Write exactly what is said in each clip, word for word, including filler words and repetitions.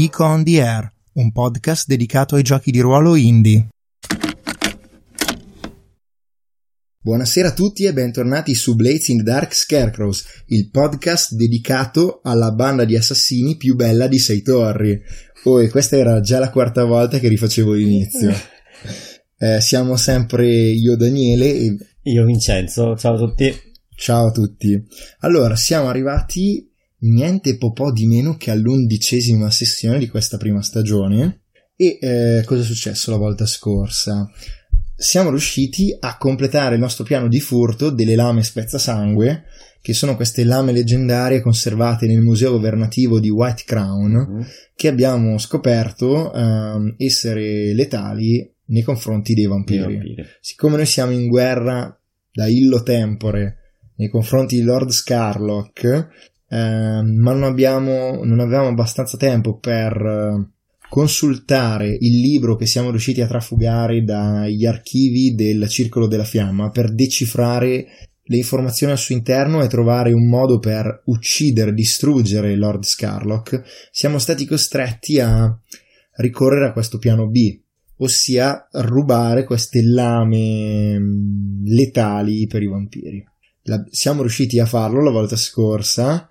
Nico on the Air, un podcast dedicato ai giochi di ruolo indie. Buonasera a tutti e bentornati su Blades in the Dark Scarecrows, il podcast dedicato alla banda di assassini più bella di Sei Torri. Oh, e questa era già la quarta volta che rifacevo l'inizio. Eh, siamo sempre io Daniele e io Vincenzo, ciao a tutti. Ciao a tutti. Allora, siamo arrivati niente po' po' di meno che all'undicesima sessione di questa prima stagione e eh, cosa è successo la volta scorsa? Siamo riusciti a completare il nostro piano di furto delle lame spezzasangue, che sono queste lame leggendarie conservate nel museo governativo di White Crown, mm. che abbiamo scoperto eh, essere letali nei confronti dei vampiri. vampiri. Siccome noi siamo in guerra da illo tempore nei confronti di Lord Scarlock, eh, ma non abbiamo non avevamo abbastanza tempo per eh, consultare il libro che siamo riusciti a trafugare dagli archivi del Circolo della Fiamma per decifrare le informazioni al suo interno e trovare un modo per uccidere, distruggere Lord Scarlock, siamo stati costretti a ricorrere a questo piano B, ossia rubare queste lame letali per i vampiri. La, siamo riusciti a farlo la volta scorsa.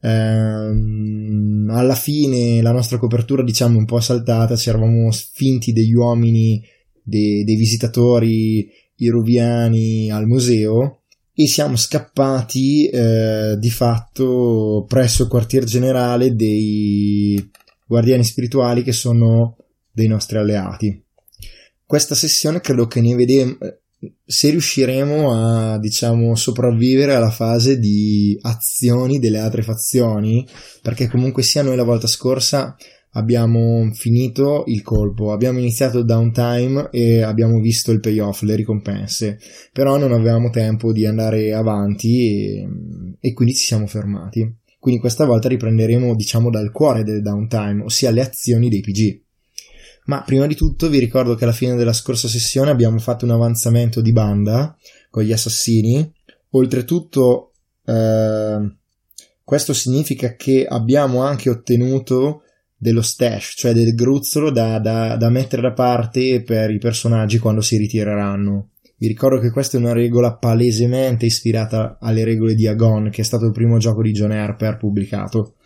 Ehm, alla fine la nostra copertura, diciamo, è un po' saltata, ci eravamo finti degli uomini de, dei visitatori iruviani al museo e siamo scappati eh, di fatto presso il quartier generale dei guardiani spirituali, che sono dei nostri alleati. Questa sessione credo che ne vedremo se riusciremo a, diciamo, sopravvivere alla fase di azioni delle altre fazioni, perché comunque sia noi la volta scorsa abbiamo finito il colpo, abbiamo iniziato il downtime e abbiamo visto il payoff, le ricompense, però non avevamo tempo di andare avanti e, e quindi ci siamo fermati. Quindi questa volta riprenderemo, diciamo, dal cuore del downtime, ossia le azioni dei P G. Ma prima di tutto vi ricordo che alla fine della scorsa sessione abbiamo fatto un avanzamento di banda con gli assassini. Oltretutto eh, questo significa che abbiamo anche ottenuto dello stash, cioè del gruzzolo da, da, da mettere da parte per i personaggi quando si ritireranno. Vi ricordo che questa è una regola palesemente ispirata alle regole di Agon, che è stato il primo gioco di John Harper pubblicato.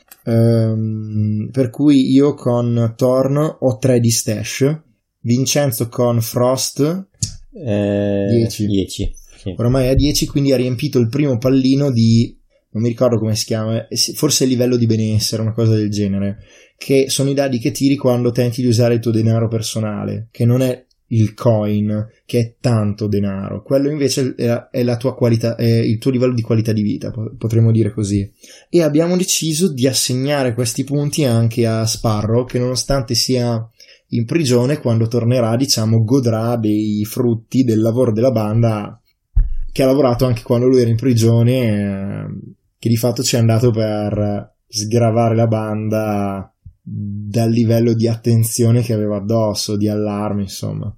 Um, per cui io con Thorn ho tre di stash, Vincenzo con Frost eh, dieci, dieci sì. Ormai ha dieci, quindi ha riempito il primo pallino di, non mi ricordo come si chiama, forse il livello di benessere, una cosa del genere, che sono i dadi che tiri quando tenti di usare il tuo denaro personale, che non è il coin, che è tanto denaro. Quello invece è la, è la tua qualità, è il tuo livello di qualità di vita, potremmo dire così. E abbiamo deciso di assegnare questi punti anche a Sparrow, che nonostante sia in prigione, quando tornerà, diciamo, godrà dei frutti del lavoro della banda, che ha lavorato anche quando lui era in prigione, eh, che di fatto ci è andato per sgravare la banda dal livello di attenzione che aveva addosso, di allarme, insomma.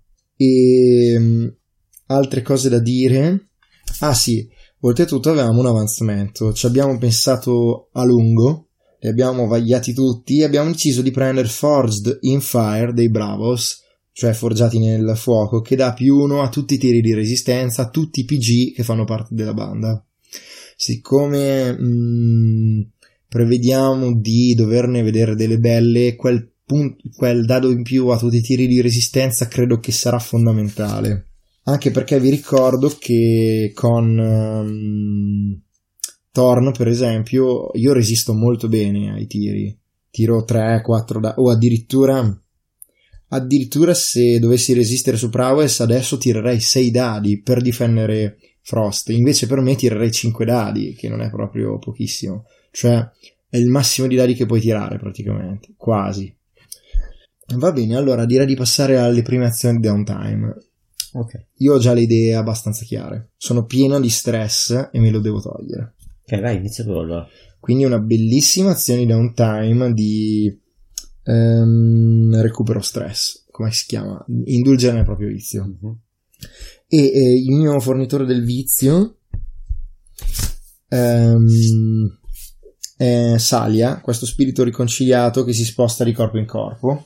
E um, altre cose da dire? Ah sì, oltretutto avevamo un avanzamento, ci abbiamo pensato a lungo, li abbiamo vagliati tutti e abbiamo deciso di prendere Forged in Fire dei Bravos, cioè forgiati nel fuoco, che dà più uno a tutti i tiri di resistenza, a tutti i P G che fanno parte della banda. Siccome mh, prevediamo di doverne vedere delle belle, quel punto, quel dado in più a tutti i tiri di resistenza credo che sarà fondamentale, anche perché vi ricordo che con um, Thorn, per esempio, io resisto molto bene ai tiri, tiro tre quattro da- o addirittura addirittura se dovessi resistere su Prowess adesso tirerei sei dadi per difendere Frost, invece per me tirerei cinque dadi, che non è proprio pochissimo, cioè è il massimo di dadi che puoi tirare praticamente, quasi. Va bene, allora direi di passare alle prime azioni di downtime. Ok. Io ho già le idee abbastanza chiare, sono pieno di stress e me lo devo togliere. Ok, vai, inizia tu allora. Quindi una bellissima azione di downtime di ehm, recupero stress, come si chiama? Indulgere nel proprio vizio. Mm-hmm. E eh, il mio fornitore del vizio ehm, è Salia, questo spirito riconciliato che si sposta di corpo in corpo,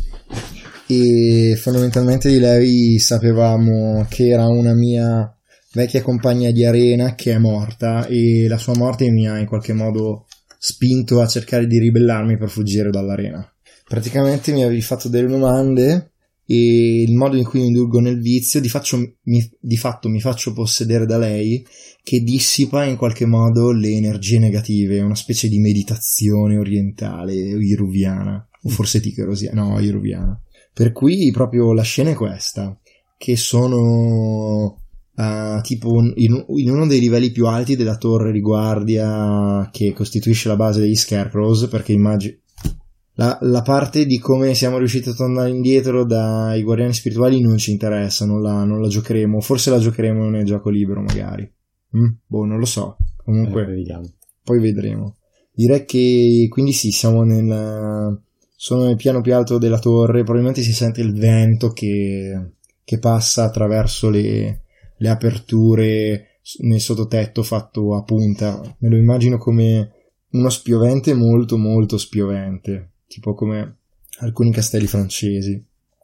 e fondamentalmente di lei sapevamo che era una mia vecchia compagna di arena che è morta, e la sua morte mi ha in qualche modo spinto a cercare di ribellarmi per fuggire dall'arena. Praticamente mi avevi fatto delle domande e il modo in cui mi indulgo nel vizio di, faccio, mi, di fatto mi faccio possedere da lei, che dissipa in qualche modo le energie negative, una specie di meditazione orientale o iruviana, o forse ticherosiana, no, iruviana. Per cui proprio la scena è questa, che sono uh, tipo un, in, in uno dei livelli più alti della torre di guardia che costituisce la base degli Scarecrows, perché immagino la, la parte di come siamo riusciti a tornare indietro dai guardiani spirituali non ci interessa, non la, non la giocheremo, forse la giocheremo nel gioco libero magari, mm? boh, non lo so, comunque eh, vediamo. Poi vedremo. Direi che quindi sì, siamo nel sono nel piano più alto della torre, probabilmente si sente il vento che, che passa attraverso le, le aperture nel sottotetto fatto a punta. Me lo immagino come uno spiovente molto molto spiovente, tipo come alcuni castelli francesi,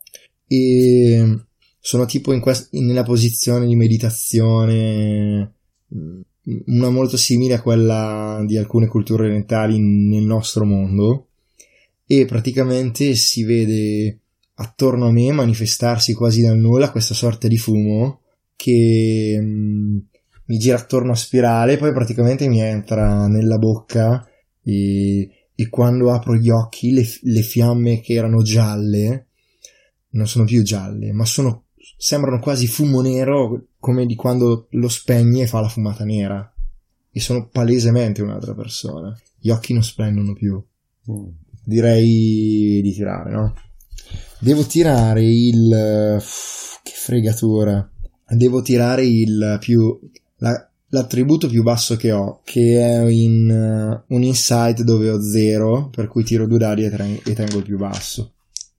e sono tipo in quest- nella posizione di meditazione, una molto simile a quella di alcune culture orientali nel nostro mondo, e praticamente si vede attorno a me manifestarsi quasi dal nulla questa sorta di fumo che mh, mi gira attorno a spirale, poi praticamente mi entra nella bocca, e, e quando apro gli occhi le, le fiamme che erano gialle non sono più gialle, ma sono sembrano quasi fumo nero, come di quando lo spegni e fa la fumata nera, e sono palesemente un'altra persona, gli occhi non splendono più. mm. Direi di tirare, no? Devo tirare il uff, che fregatura devo tirare il più la, l'attributo più basso che ho, che è in uh, un insight dove ho zero, per cui tiro due dadi e, tre, e tengo il più basso.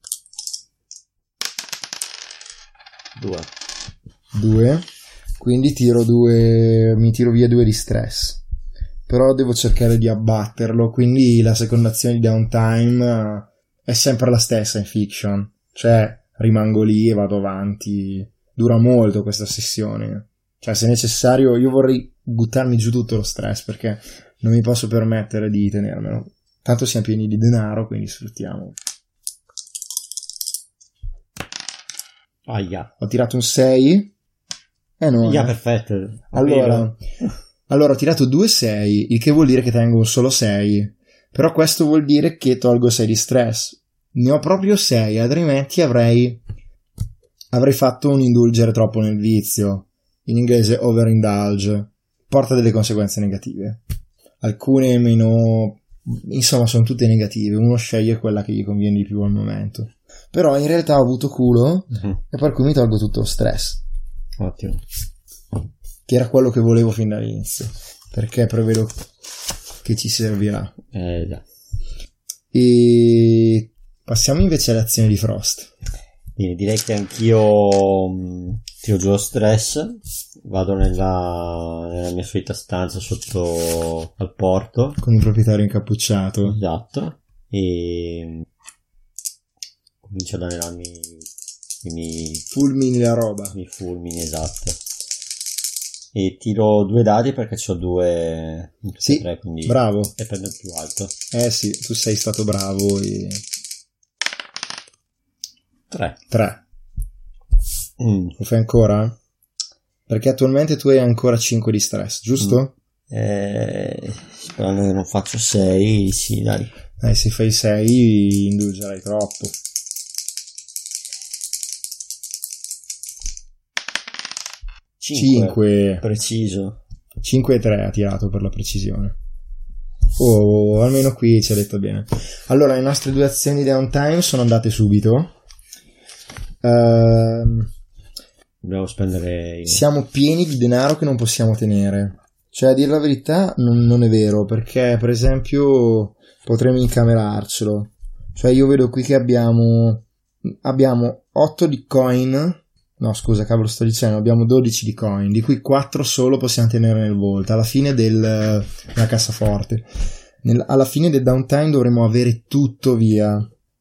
Due. Due. Quindi tiro due, mi tiro via due di stress. Però devo cercare di abbatterlo, quindi la seconda azione di downtime è sempre la stessa in fiction, cioè rimango lì e vado avanti. Dura molto questa sessione, cioè se necessario io vorrei buttarmi giù tutto lo stress, perché non mi posso permettere di tenermelo, tanto siamo pieni di denaro, quindi sfruttiamo. Aia. Ho tirato un sei. Eh no. Yeah, eh. perfetto. Allora Allora ho tirato due sei, il che vuol dire che tengo un solo sei, però questo vuol dire che tolgo sei di stress. Ne ho proprio sei, altrimenti avrei avrei fatto un indulgere troppo nel vizio, in inglese overindulge, porta delle conseguenze negative, alcune meno, insomma sono tutte negative, uno sceglie quella che gli conviene di più al momento, però in realtà ho avuto culo, uh-huh. e per cui mi tolgo tutto lo stress. Ottimo. Che era quello che volevo fin dall'inizio, perché prevedo che ci servirà. Eh già. E passiamo invece alle azioni di Frost. Bene, direi che anch'io mh, tiro giù lo stress, vado nella, nella mia solita stanza sotto al porto. Con il proprietario incappucciato. Esatto. E comincio ad allenarmi, mi fulmini la roba. Mi fulmini, esatto. E tiro due dadi perché ho due, sì, tre, quindi bravo, e prendo il più alto. Eh sì, tu sei stato bravo. E tre tre mm. Lo fai ancora? Perché attualmente tu hai ancora cinque di stress, giusto? mm. eh, sperando che non faccio sei. Sì, dai, eh, se fai sei indulgerai troppo. cinque preciso. cinque e tre ha tirato per la precisione. Oh, almeno qui ci ha detto bene. Allora, le nostre due azioni downtime sono andate subito. Uh, Dobbiamo spendere. Siamo pieni di denaro che non possiamo tenere. Cioè, a dire la verità, non, non è vero, perché per esempio potremmo incamerarcelo. Cioè, io vedo qui che abbiamo abbiamo otto di coin. No, scusa, cavolo, sto dicendo, abbiamo dodici di coin, di cui quattro solo possiamo tenere nel vault alla fine del, della cassaforte. Nel, alla fine del downtime dovremo avere tutto via.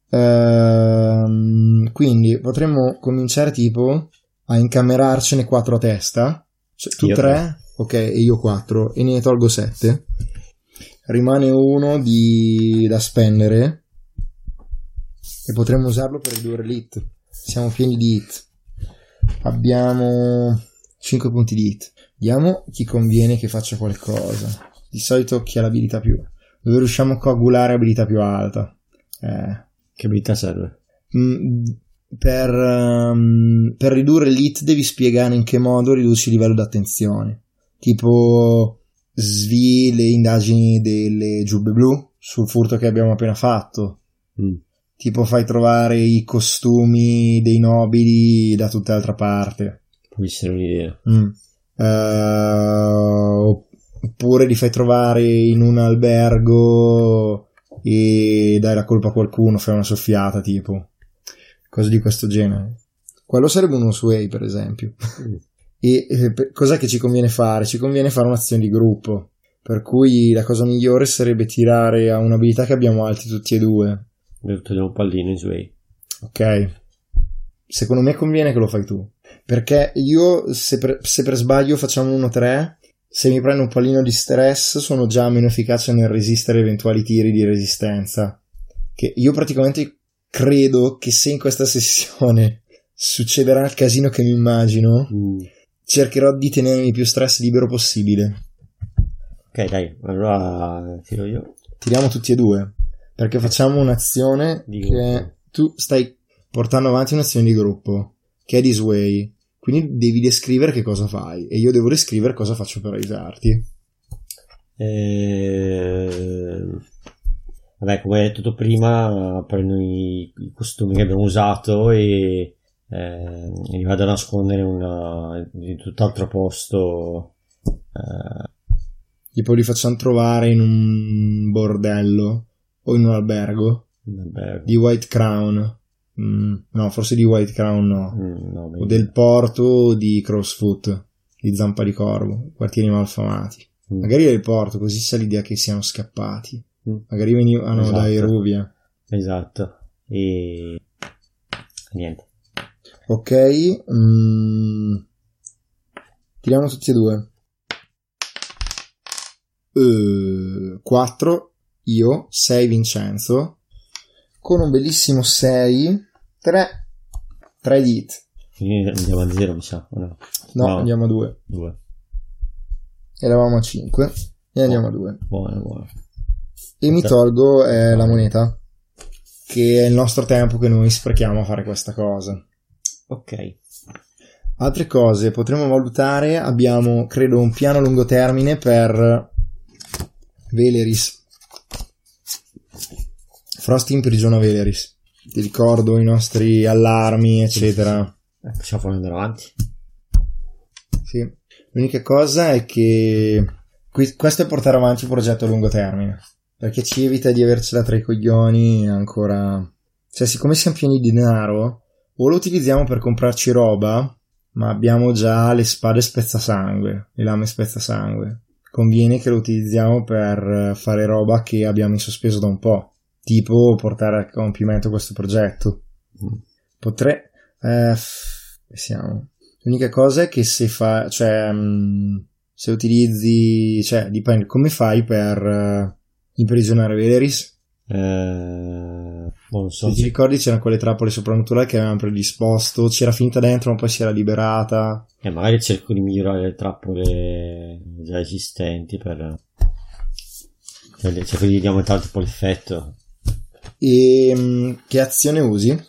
Ehm, quindi potremmo cominciare tipo a incamerarcene quattro a testa, cioè, tu tre, ok, e io quattro, e ne tolgo sette. Rimane uno di da spendere e potremmo usarlo per ridurre l'hit. Siamo pieni di hit, abbiamo cinque punti di hit. Vediamo chi conviene che faccia qualcosa. Di solito chi ha l'abilità più, dove riusciamo a coagulare abilità più alta. Eh. Che abilità serve? Mm, per, um, per ridurre l'hit devi spiegare in che modo riduci il livello d'attenzione. Tipo svii le indagini delle giubbe blu sul furto che abbiamo appena fatto. Mm. Tipo fai trovare i costumi dei nobili da tutt'altra parte. Può essere un'idea. Mm. Uh, oppure li fai trovare in un albergo e dai la colpa a qualcuno, fai una soffiata, tipo cose di questo genere. Quello sarebbe uno sway, per esempio. Mm. E eh, per, cos'è che ci conviene fare? Ci conviene fare un'azione di gruppo, per cui la cosa migliore sarebbe tirare a un'abilità che abbiamo alti tutti e due. Togliamo un pallino in sway. Ok, secondo me conviene che lo fai tu, perché io se per, se per sbaglio facciamo uno tre, se mi prendo un pallino di stress sono già meno efficace nel resistere eventuali tiri di resistenza, che io praticamente credo che se in questa sessione succederà il casino che mi immagino, mm. cercherò di tenermi più stress libero possibile. Ok, dai, allora tiro io. Tiriamo tutti e due, perché facciamo un'azione di che tu stai portando avanti, un'azione di gruppo che è di sway, quindi devi descrivere che cosa fai e io devo descrivere cosa faccio per aiutarti. Eh... Vabbè, come hai detto prima, prendo i, i costumi che abbiamo usato e, eh, e li vado a nascondere una, in tutt'altro posto. Eh... Tipo li facciamo trovare in un bordello o in un albergo, un albergo. Di White Crown. Mm, no, forse di White Crown no, mm, no o del porto o di Crossfoot, di Zampa di Corvo, quartieri malfamati. Mm. Magari del porto, così c'è l'idea che siano scappati. Mm. Magari venivano esatto. da Eruvia. Esatto. E niente. Ok, mm. tiriamo tutti e due. Uh, quattro io, sei Vincenzo, con un bellissimo sei, tre, tre di hit. Quindi andiamo a zero, mi sa. No, no, no. Andiamo a due. due. Eravamo a cinque e andiamo oh, a due. Buono, buono. E okay. Mi tolgo eh, la moneta, che è il nostro tempo che noi sprechiamo a fare questa cosa. Ok. Altre cose potremmo valutare, abbiamo credo un piano a lungo termine per Veleris. Frosty imprigiona Veleris. Ti ricordo i nostri allarmi, eccetera. Eh, possiamo fare andare avanti. Sì. L'unica cosa è che qui, questo è portare avanti un progetto a lungo termine, perché ci evita di avercela tra i coglioni ancora. Cioè, siccome siamo pieni di denaro, o lo utilizziamo per comprarci roba, ma abbiamo già le spade spezzasangue, le lame spezzasangue. Conviene che lo utilizziamo per fare roba che abbiamo in sospeso da un po', tipo portare a compimento questo progetto. Potrei eh, siamo. L'unica cosa è che se fa, cioè mh, se utilizzi, cioè dipende come fai per uh, imprigionare Veleris. Eh, non so. Se ti ricordi c'erano quelle trappole soprannaturali che avevamo predisposto, c'era finita dentro ma poi si era liberata. E eh, magari cerco di migliorare le trappole già esistenti per cioè, cerco di aumentare un po' l'effetto. E mh, che azione usi?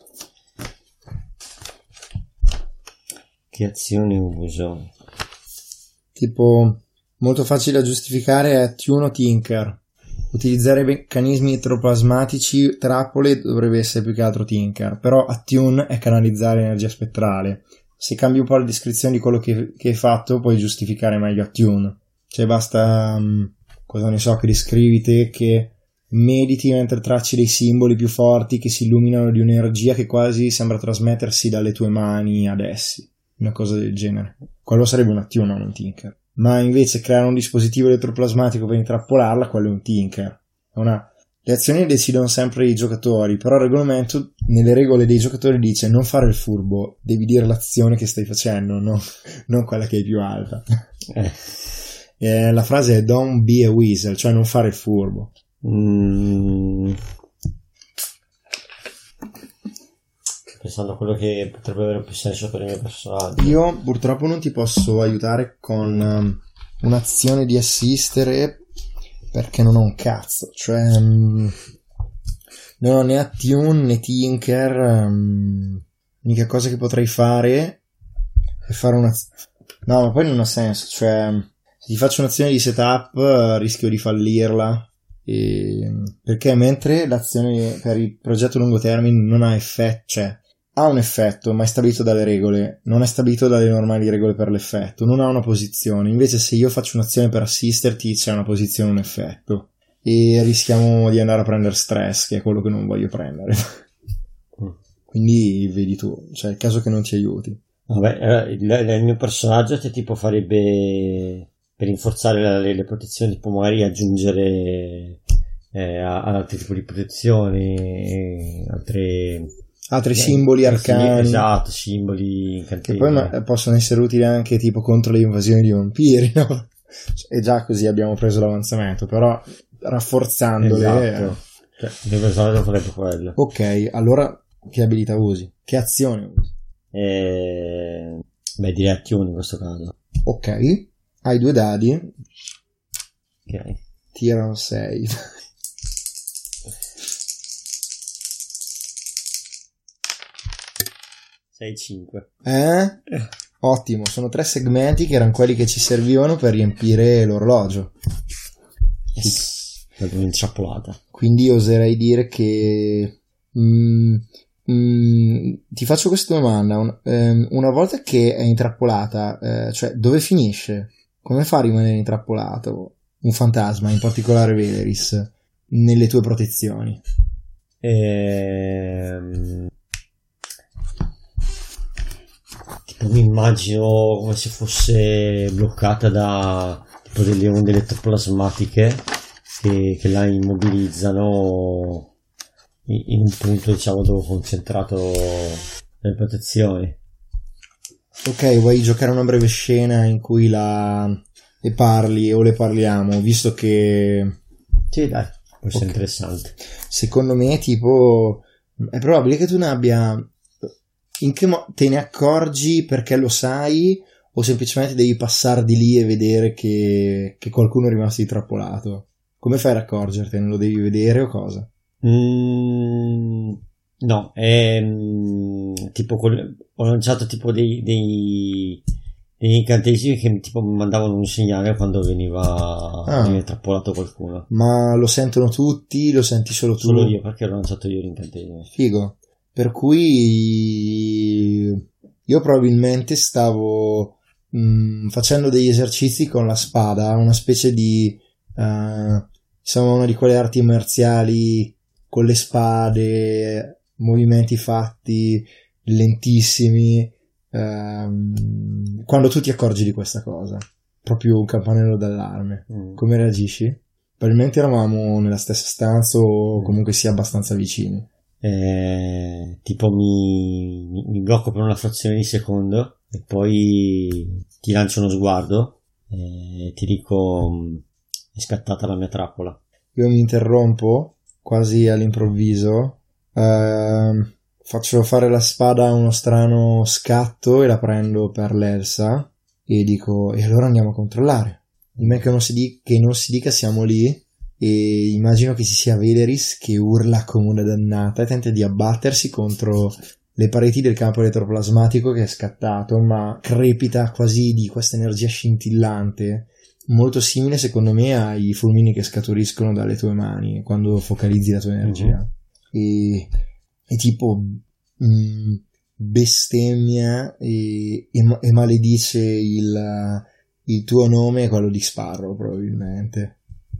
Che azione uso? Tipo molto facile da giustificare è Attune o Tinker. Utilizzare meccanismi etroplasmatici, trappole dovrebbe essere più che altro Tinker, però Attune è canalizzare energia spettrale. Se cambi un po' la descrizione di quello che, che hai fatto puoi giustificare meglio Attune. Cioè basta um, cosa ne so che descrivi te, che mediti mentre tracci dei simboli più forti che si illuminano di un'energia che quasi sembra trasmettersi dalle tue mani ad essi, una cosa del genere. Quello sarebbe un Attune, non un Tinker. Ma invece creare un dispositivo elettroplasmatico per intrappolarla, quello è un Tinker. è una... Le azioni decidono sempre i giocatori, però il regolamento nelle regole dei giocatori dice non fare il furbo, devi dire l'azione che stai facendo, no? Non quella che è più alta. Eh. E la frase è don't be a weasel, cioè non fare il furbo. Mm. Pensando a quello che potrebbe avere più senso per i miei personaggi. Io purtroppo non ti posso aiutare con um, un'azione di assistere perché non ho un cazzo, cioè um, non ho né attune né tinker, um, l'unica cosa che potrei fare è fare una... No, ma poi non ha senso, cioè se ti faccio un'azione di setup uh, rischio di fallirla, e... perché mentre l'azione per il progetto a lungo termine non ha effetto, cioè ha un effetto ma è stabilito dalle regole, non è stabilito dalle normali regole per l'effetto, non ha una posizione. Invece se io faccio un'azione per assisterti c'è una posizione e un effetto e rischiamo di andare a prendere stress, che è quello che non voglio prendere. Quindi vedi tu, cioè è il caso che non ti aiuti. Vabbè, il, il mio personaggio te tipo farebbe, per rinforzare la, le, le protezioni, tipo magari aggiungere eh, altri tipi di protezioni, altre altri simboli arcani, esatto, simboli incantesimi, che poi ma, possono essere utili anche tipo contro le invasioni di vampiri, no? E già così abbiamo preso l'avanzamento, però rafforzandole, esatto. Cioè, il mio personaggio farebbe quello. Ok, allora che abilità usi? Che azione usi? Eh, beh, direi azioni in questo caso. Ok, hai due dadi, ok, tirano sei. sei cinque. Eh? Ottimo, sono tre segmenti che erano quelli che ci servivano per riempire l'orologio. Yes. Un'intrappolata. Quindi oserei dire che mm, mm, ti faccio questa domanda. Un, um, una volta che è intrappolata, eh, cioè dove finisce? Come fa a rimanere intrappolato un fantasma, in particolare Veleris, nelle tue protezioni? Ehm... mi immagino come se fosse bloccata da tipo delle onde elettroplasmatiche che, che la immobilizzano in, in un punto, diciamo, dove ho concentrato le protezioni. Ok, vuoi giocare una breve scena in cui la le parli o le parliamo, visto che sì, dai, può essere okay. Interessante. Secondo me tipo è probabile che tu ne abbia. In che mo- te ne accorgi perché lo sai, o semplicemente devi passare di lì e vedere che, che qualcuno è rimasto intrappolato? Come fai ad accorgertene? Lo devi vedere o cosa? Mm, no, è tipo col, ho lanciato tipo dei, dei, dei incantesimi che tipo mi mandavano un segnale quando veniva, ah. veniva intrappolato qualcuno. Ma lo sentono tutti? Lo senti solo tu? Solo io, perché ho lanciato io l'incantesimo. Figo. Per cui io probabilmente stavo mh, facendo degli esercizi con la spada, una specie di uh, insomma una di quelle arti marziali con le spade, movimenti fatti lentissimi, uh, quando tu ti accorgi di questa cosa, proprio un campanello d'allarme. Mm. Come reagisci? Probabilmente eravamo nella stessa stanza o comunque sia abbastanza vicini. Eh, tipo mi, mi, mi blocco per una frazione di secondo e poi ti lancio uno sguardo e ti dico è scattata la mia trappola. Io mi interrompo quasi all'improvviso, eh, faccio fare la spada a uno strano scatto e la prendo per l'elsa e dico e allora andiamo a controllare. Dimmi che non si, di- che non si dica siamo lì. E immagino che ci sia Veleris che urla come una dannata e tenta di abbattersi contro le pareti del campo elettroplasmatico che è scattato, ma crepita quasi di questa energia scintillante, molto simile secondo me ai fulmini che scaturiscono dalle tue mani quando focalizzi la tua energia. Uh-huh. e, e tipo mh, bestemmia e, e, e maledice il, il tuo nome e quello di Sparrow probabilmente.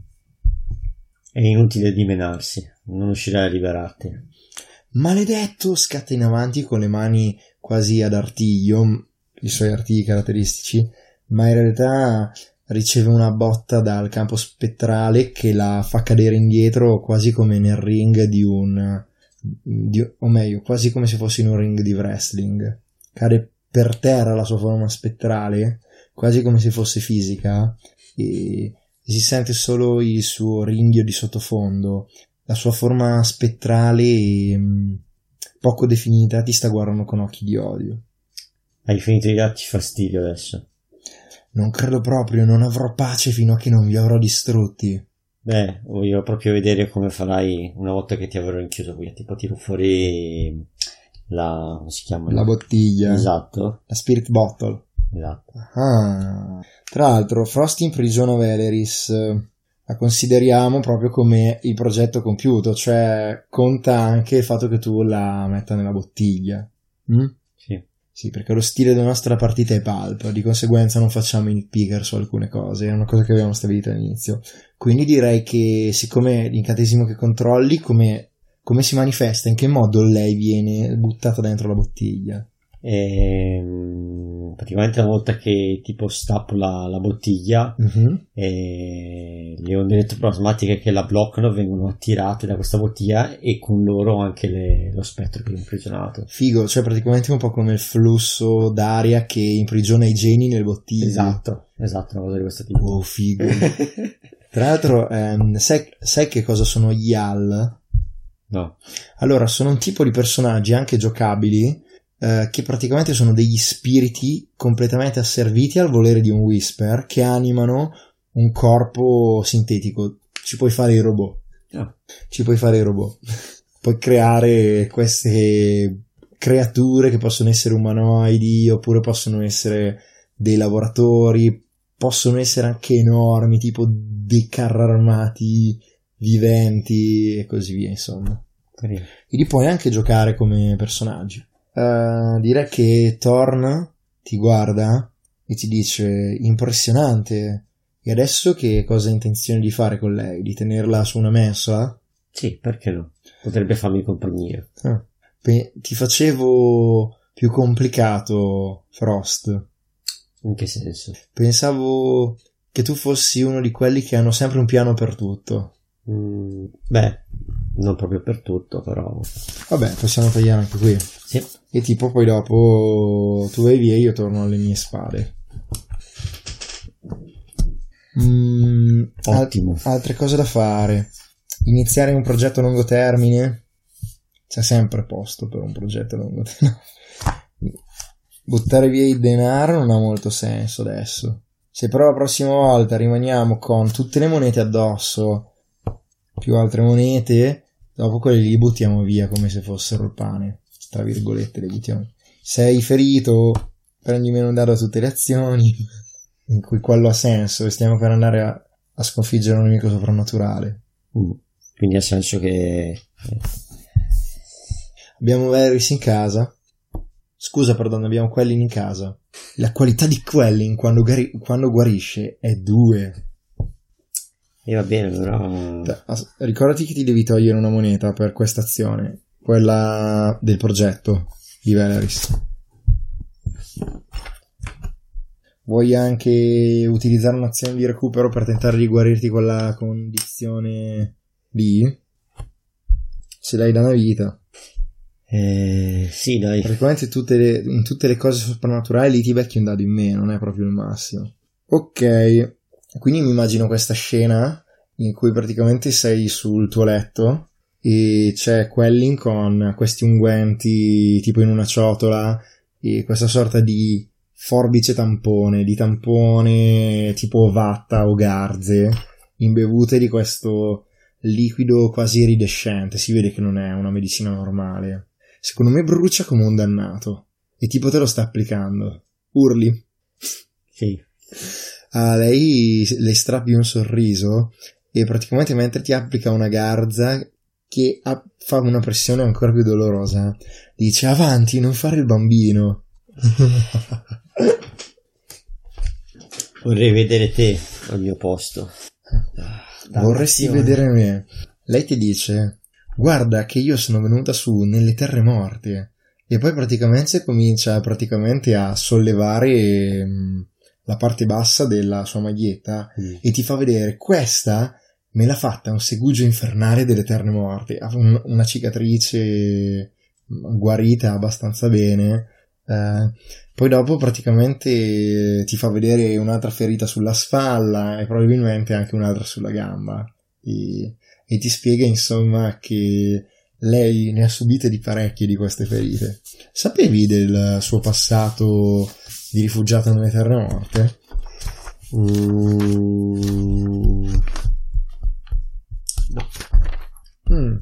È inutile dimenarsi, non riuscirai a liberarti. Maledetto! Scatta in avanti con le mani quasi ad artiglio, i suoi artigli caratteristici, ma in realtà riceve una botta dal campo spettrale che la fa cadere indietro quasi come nel ring di un di, o meglio quasi come se fosse in un ring di wrestling. Cade per terra la sua forma spettrale quasi come se fosse fisica e si sente solo il suo ringhio di sottofondo. La sua forma spettrale e poco definita ti sta guardando con occhi di odio. Hai finito di darti fastidio adesso? Non credo proprio, non avrò pace fino a che non vi avrò distrutti. Beh, voglio proprio vedere come farai una volta che ti avrò rinchiuso qui. Tipo tiro fuori la... come si chiama? La bottiglia. Esatto. La spirit bottle. Esatto. Ah. Tra l'altro, Frost imprigiona Valeris. La consideriamo proprio come il progetto compiuto, cioè conta anche il fatto che tu la metta nella bottiglia. Mm? Sì. Sì, perché lo stile della nostra partita è pulp, di conseguenza non facciamo i nitpicker su alcune cose, è una cosa che abbiamo stabilito all'inizio. Quindi direi che, siccome l'incantesimo che controlli, come, come si manifesta, in che modo lei viene buttata dentro la bottiglia? E, praticamente una volta che tipo stappo la, la bottiglia, Mm-hmm. e le onde elettroplasmatiche che la bloccano vengono attirate da questa bottiglia e con loro anche le, lo spettro che è imprigionato. Figo, cioè praticamente un po' come il flusso d'aria che imprigiona i geni nelle bottiglie. Esatto, esatto, una cosa di questo tipo. Oh, figo. Tra l'altro, ehm, sai, sai che cosa sono gli A L? No. Allora, sono un tipo di personaggi anche giocabili eh, che praticamente sono degli spiriti completamente asserviti al volere di un Whisper che animano un corpo sintetico. Ci puoi fare i robot. Oh. Ci puoi fare i robot. Puoi creare queste creature che possono essere umanoidi oppure possono essere dei lavoratori, possono essere anche enormi, tipo dei carri armati viventi e così via, insomma. Carino. E li puoi anche giocare come personaggi. Uh, direi che Thorn ti guarda e ti dice: impressionante. E adesso che cosa hai intenzione di fare con lei? Di tenerla su una mensola? Sì, perché no? Potrebbe farmi compagnia. Ah. Pe- ti facevo più complicato, Frost. In che senso? Pensavo che tu fossi uno di quelli che hanno sempre un piano per tutto. Mm, beh, non proprio per tutto, però... Vabbè, possiamo tagliare anche qui. Sì. E tipo poi dopo tu vai via e io torno alle mie spade. Mm, Ottimo. Al- altre cose da fare. Iniziare un progetto a lungo termine. C'è sempre posto per un progetto a lungo termine. Buttare via il denaro non ha molto senso adesso. Se però la prossima volta rimaniamo con tutte le monete addosso più altre monete, dopo quelle li buttiamo via come se fossero il pane, tra virgolette le buttiamo. Sei ferito, prendi meno un dado a tutte le azioni in cui quello ha senso e stiamo per andare a, a sconfiggere un nemico soprannaturale. Mm. Quindi ha senso che... Abbiamo Varys in casa. Scusa, perdono, abbiamo Quelling in casa. La qualità di Quelling quando, gari- quando guarisce è due. E va bene, però... As- Ricordati che ti devi togliere una moneta per questa azione, quella del progetto di Valeris. Vuoi anche utilizzare un'azione di recupero per tentare di guarirti quella condizione lì? Ce l'hai da una vita. Eh, sì, dai. Praticamente tutte le, in tutte le cose soprannaturali lì ti becchi un dado in meno, non è proprio il massimo. Ok, quindi mi immagino questa scena in cui praticamente sei sul tuo letto e c'è Quelling con questi unguenti tipo in una ciotola e questa sorta di forbice tampone, di tampone tipo vatta o garze imbevute di questo liquido quasi iridescente. Si vede che non è una medicina normale. Secondo me brucia come un dannato e tipo te lo sta applicando. Urli. Sì. A lei le strappi un sorriso e praticamente mentre ti applica una garza che ha, fa una pressione ancora più dolorosa, dice: avanti, non fare il bambino. Vorrei vedere te al mio posto. Vorresti vedere me. Lei ti dice: guarda che io sono venuta su nelle terre morte. E poi praticamente comincia praticamente a sollevare mh, la parte bassa della sua maglietta Mm. e ti fa vedere: questa me l'ha fatta un segugio infernale dell'Eterne Morte, ha un- una cicatrice guarita abbastanza bene. Eh, poi dopo praticamente ti fa vedere un'altra ferita sulla spalla e probabilmente anche un'altra sulla gamba e, e ti spiega insomma che lei ne ha subite di parecchie di queste ferite. Sapevi del suo passato di rifugiata nell'Eterna Morte? Mm. No. Mm.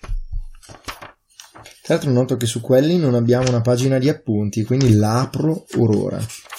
Tra l'altro noto che su quelli non abbiamo una pagina di appunti, quindi l'apro or ora.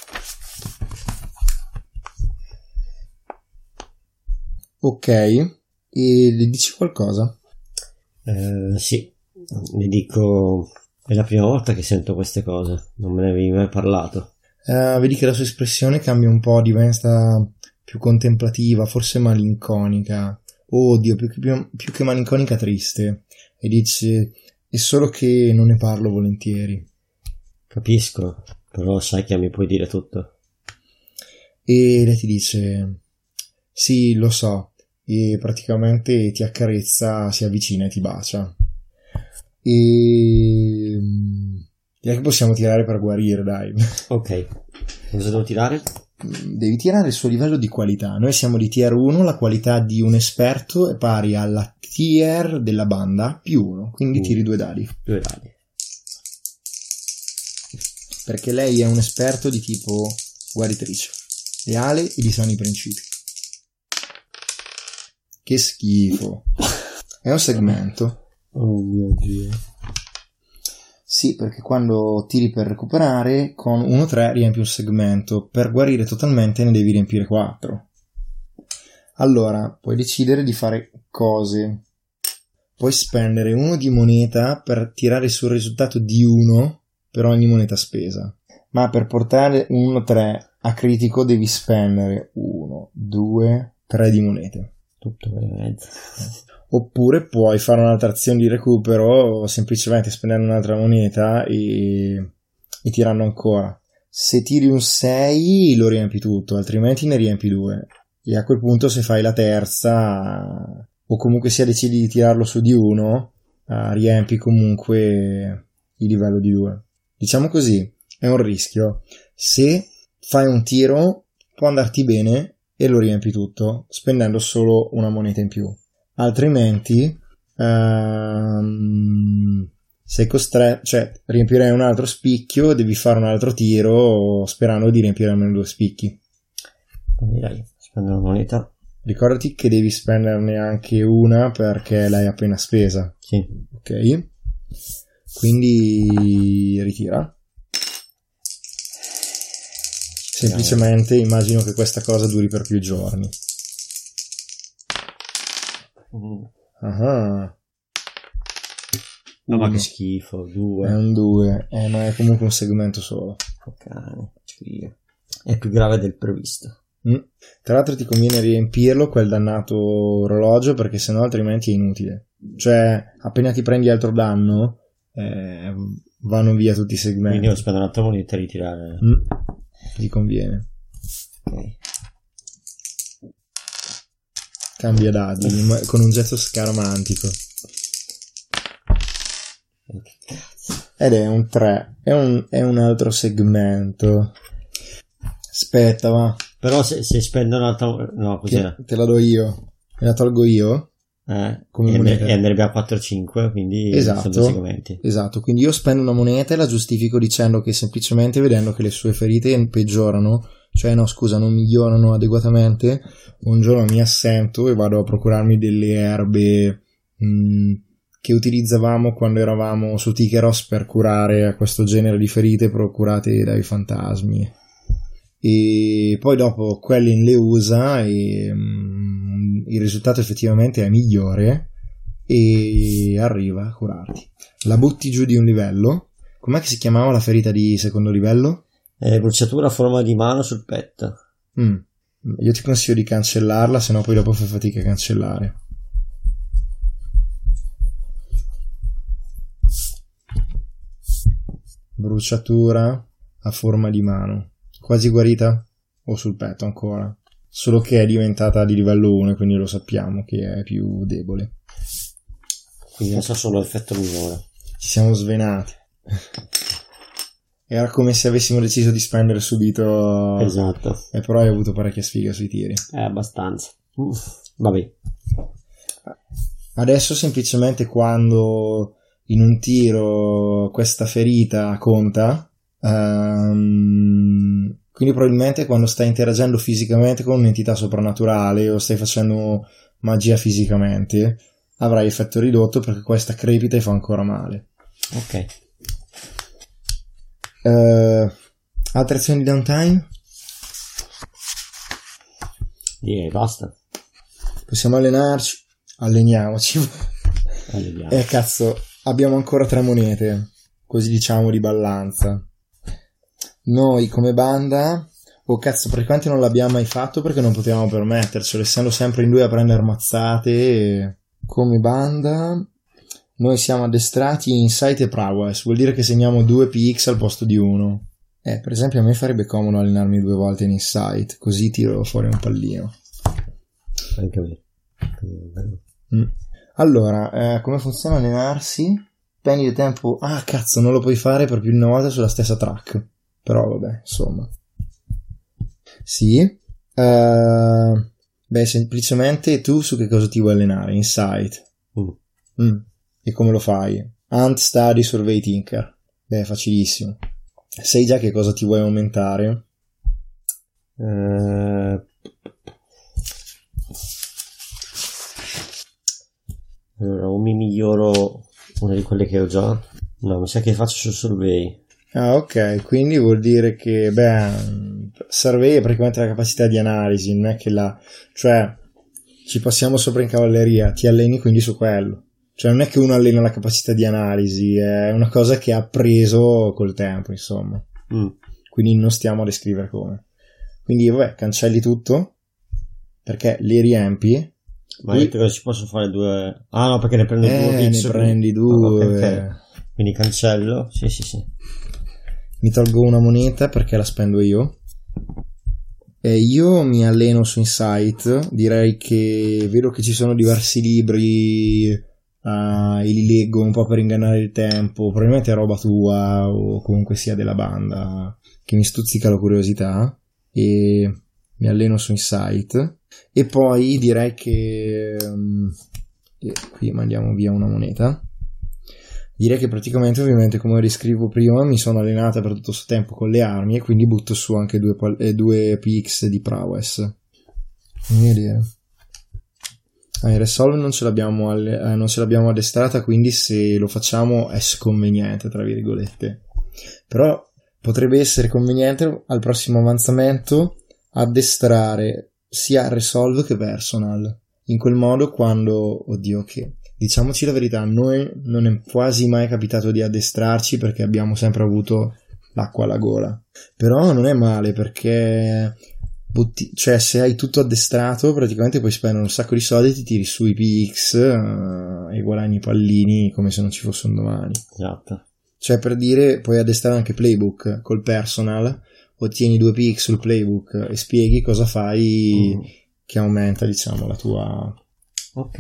Ok, e le dici qualcosa? Eh, sì, le dico, è la prima volta che sento queste cose, non me ne avevi mai parlato. Eh, vedi che la sua espressione cambia un po', diventa più contemplativa, forse malinconica. Oddio, più che, più, più che malinconica, triste. E dice: è solo che non ne parlo volentieri. Capisco, però sai che mi puoi dire tutto. E lei ti dice: sì, lo so. E praticamente ti accarezza, si avvicina e ti bacia. E direi che possiamo tirare per guarire, dai. Ok, cosa devo tirare? Devi tirare il suo livello di qualità. Noi siamo di tier uno, la qualità di un esperto è pari alla tier della banda più uno, quindi Mm. tiri due dadi. Due dadi. Perché lei è un esperto di tipo guaritrice, leale e di sani principi. Che schifo. È un segmento. Oh mio Dio. Sì, perché quando tiri per recuperare con uno tre riempi un segmento, per guarire totalmente ne devi riempire quattro. Allora, puoi decidere di fare cose. Puoi spendere uno di moneta per tirare sul risultato di uno per ogni moneta spesa, ma per portare un uno tre a critico devi spendere uno, due, tre di monete. Tutto per mezzo. Oppure puoi fare un'altra azione di recupero semplicemente spendendo un'altra moneta e, e tirando ancora. Se tiri un sei lo riempi tutto, altrimenti ne riempi due. E a quel punto, se fai la terza o comunque sia decidi di tirarlo su di uno, uh, riempi comunque il livello di due. Diciamo così, è un rischio. Se fai un tiro può andarti bene e lo riempi tutto spendendo solo una moneta in più. Altrimenti um, sei costretto, cioè riempirei un altro spicchio, devi fare un altro tiro sperando di riempire almeno due spicchi. Quindi dai, spendo una moneta. Ricordati che devi spenderne anche una perché l'hai appena spesa. Sì. Ok, quindi ritira. Semplicemente immagino che questa cosa duri per più giorni. Mm. Ah, No, ma Uno. che schifo, è due. un due, eh, ma è comunque un segmento solo. Oh, cane, schifo. È più grave del previsto. Mm. Tra l'altro ti conviene riempirlo quel dannato orologio, perché sennò altrimenti è inutile. Cioè, appena ti prendi altro danno, eh, vanno via tutti i segmenti. Quindi devo spendere un'altra moneta e ritirare. Mm. Ti conviene. Ok. Cambia dadi ma- con un gesto scaramantico. Ed è un tre. È un, è un altro segmento. Aspetta, va. Però se, se spendo un'altra... No, cos'era? Te, te la do io. Me la tolgo io? Eh, Come e, moneta. e andrebbe a quattro cinque, quindi Esatto. sono due segmenti. Esatto, quindi io spendo una moneta e la giustifico dicendo che semplicemente vedendo che le sue ferite peggiorano, cioè no scusa non migliorano adeguatamente, un giorno mi assento e vado a procurarmi delle erbe mh, che utilizzavamo quando eravamo su Tikeros per curare a questo genere di ferite procurate dai fantasmi, e poi dopo Quellin le usa e mh, il risultato effettivamente è migliore e arriva a curarti. La butti giù di un livello. Com'è che si chiamava la ferita di secondo livello? Eh, bruciatura a forma di mano sul petto. Mm. Io ti consiglio di cancellarla, sennò poi dopo fai fatica a cancellare. Bruciatura a forma di mano. Quasi guarita? o sul petto ancora, solo che è diventata di livello uno e quindi lo sappiamo che è più debole. Quindi non so solo l'effetto minore. Ci siamo svenati. Era come se avessimo deciso di spendere subito. Esatto. E però hai avuto parecchia sfiga sui tiri. Eh, abbastanza. Uh, vabbè. Adesso semplicemente quando in un tiro questa ferita conta, um, quindi probabilmente quando stai interagendo fisicamente con un'entità soprannaturale o stai facendo magia fisicamente, avrai effetto ridotto perché questa crepita e fa ancora male. Ok. Uh, altre azioni di downtime? Direi basta. Possiamo allenarci? Alleniamoci. Alleniamo. Eh cazzo, abbiamo ancora tre monete, così diciamo di ballanza. Noi come banda, oh cazzo, praticamente non l'abbiamo mai fatto perché non potevamo permettercelo, essendo sempre in due a prendere mazzate. E... come banda noi siamo addestrati in Insight e Prowess, vuol dire che segniamo due P X al posto di uno. Eh, per esempio a me farebbe comodo allenarmi due volte in Insight, così tiro fuori un pallino. Anche a me. Mm. Allora, eh, come funziona allenarsi? Spendi il tempo... Ah, cazzo, non lo puoi fare per più di una volta sulla stessa track. Però vabbè, insomma. Sì. Uh, beh, semplicemente tu su che cosa ti vuoi allenare? Insight. Mm. Mm. E come lo fai? Hunt, Study, Survey, Tinker. Beh, facilissimo. Sai già che cosa ti vuoi aumentare? Uh... Allora, o mi miglioro una di quelle che ho già? No, mi sa che faccio sul survey. Ah, ok, quindi vuol dire che, beh, survey è praticamente la capacità di analisi, non è che la... cioè, ci passiamo sopra in cavalleria, ti alleni quindi su quello. Cioè, non è che uno allena la capacità di analisi, è una cosa che ha appreso col tempo, insomma. Mm. Quindi non stiamo a descrivere come. Quindi, vabbè, cancelli tutto, perché li riempi. Ma io credo si possono fare due... Ah no, perché ne prendo eh, due. Ne prendi due. Oh, okay, okay. Quindi cancello. Sì, sì, sì. Mi tolgo una moneta perché la spendo io. E io mi alleno su Insight. Direi che vedo che ci sono diversi libri, uh, e li leggo un po' per ingannare il tempo. Probabilmente è roba tua o comunque sia della banda che mi stuzzica la curiosità. E mi alleno su Insight. E poi direi che um, e qui mandiamo via una moneta. Direi che praticamente, ovviamente, come riscrivo prima, mi sono allenata per tutto questo tempo con le armi e quindi butto su anche due, eh, due P X di prowess. Non mi dire. Ah, in Resolve non ce l'abbiamo alle, eh, non ce l'abbiamo addestrata, quindi se lo facciamo è sconveniente, tra virgolette. Però potrebbe essere conveniente al prossimo avanzamento addestrare sia Resolve che Personal. In quel modo, quando... oddio, che... diciamoci la verità, noi non è quasi mai capitato di addestrarci perché abbiamo sempre avuto l'acqua alla gola. Però non è male perché... butti... cioè, se hai tutto addestrato, praticamente puoi spendere un sacco di soldi, ti tiri su i P X uh, e guadagni pallini come se non ci fosse un domani. Esatto. Cioè, per dire, puoi addestrare anche Playbook col Personal, ottieni due P X sul Playbook e spieghi cosa fai, mm. che aumenta, diciamo, la tua... ok.